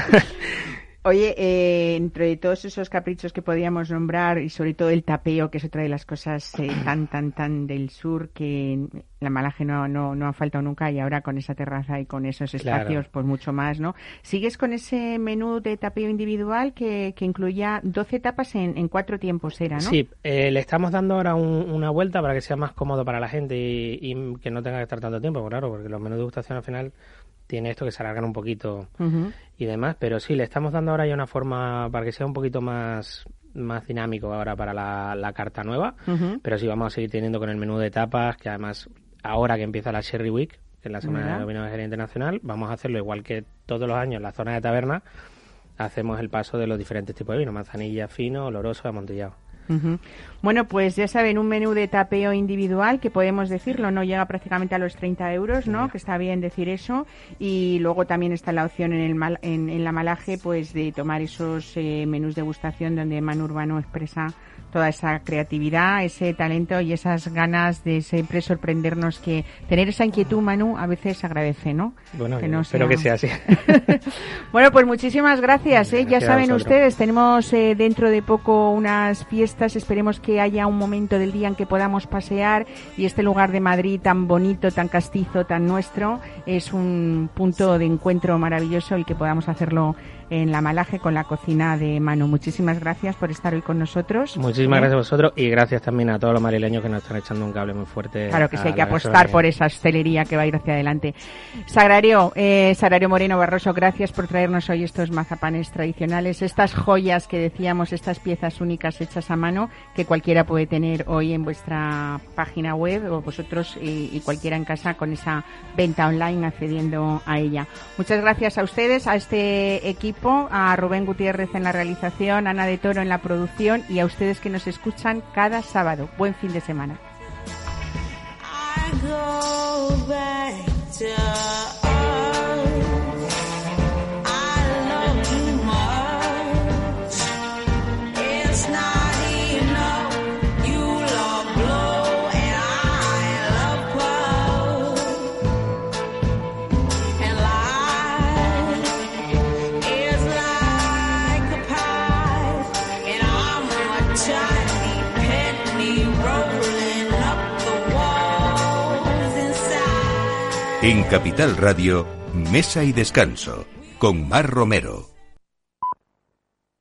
Oye, eh, entre todos esos caprichos que podíamos nombrar, y sobre todo el tapeo, que es otra de las cosas eh, tan, tan, tan del sur, que la Malaje no, no, no ha faltado nunca, y ahora con esa terraza y con esos espacios, claro, pues mucho más, ¿no? ¿Sigues con ese menú de tapeo individual que, que incluía doce tapas en, en cuatro tiempos, era, ¿no? Sí, eh, le estamos dando ahora un, una vuelta para que sea más cómodo para la gente y, y que no tenga que estar tanto tiempo, claro, porque los menús de degustación al final... tiene esto que se alargan un poquito uh-huh. y demás, pero sí, le estamos dando ahora ya una forma para que sea un poquito más más dinámico ahora para la, la carta nueva, uh-huh. pero sí vamos a seguir teniendo con el menú de tapas, que además ahora que empieza la Sherry Week, que es la Semana uh-huh. de Vino Viajería Internacional, vamos a hacerlo igual que todos los años en la zona de taberna, hacemos el paso de los diferentes tipos de vino, manzanilla, fino, oloroso, amontillado. Uh-huh. Bueno, pues ya saben, un menú de tapeo individual que podemos decirlo, no llega prácticamente a los treinta euros, ¿no? Sí. Que está bien decir eso. Y luego también está la opción en el mal, en, en la Malaje, pues de tomar esos eh, menús de degustación donde Manu Urbano expresa toda esa creatividad, ese talento y esas ganas de siempre sorprendernos, que tener esa inquietud, Manu, a veces agradece, ¿no? Bueno, que no espero sea... que sea así. Bueno, pues muchísimas gracias, ¿eh? Gracias, ya saben ustedes, tenemos eh, dentro de poco unas fiestas, esperemos que haya un momento del día en que podamos pasear, y este lugar de Madrid tan bonito, tan castizo, tan nuestro, es un punto de encuentro maravilloso, y que podamos hacerlo en la Malaje con la cocina de Manu. Muchísimas gracias por estar hoy con nosotros. Muchísimas ¿Eh? gracias a vosotros, y gracias también a todos los madrileños que nos están echando un cable muy fuerte. Claro que sí, hay que apostar por esa hostelería que va a ir hacia adelante. Sagrario, eh, Sagrario Moreno Barroso, gracias por traernos hoy estos mazapanes tradicionales, estas joyas que decíamos, estas piezas únicas hechas a mano que cualquiera puede tener hoy en vuestra página web, o vosotros y, y cualquiera en casa con esa venta online accediendo a ella. Muchas gracias a ustedes, a este equipo, a Rubén Gutiérrez en la realización, Ana de Toro en la producción, y a ustedes que nos escuchan cada sábado. Buen fin de semana. I go back to En Capital Radio, Mesa y Descanso, con Mar Romero.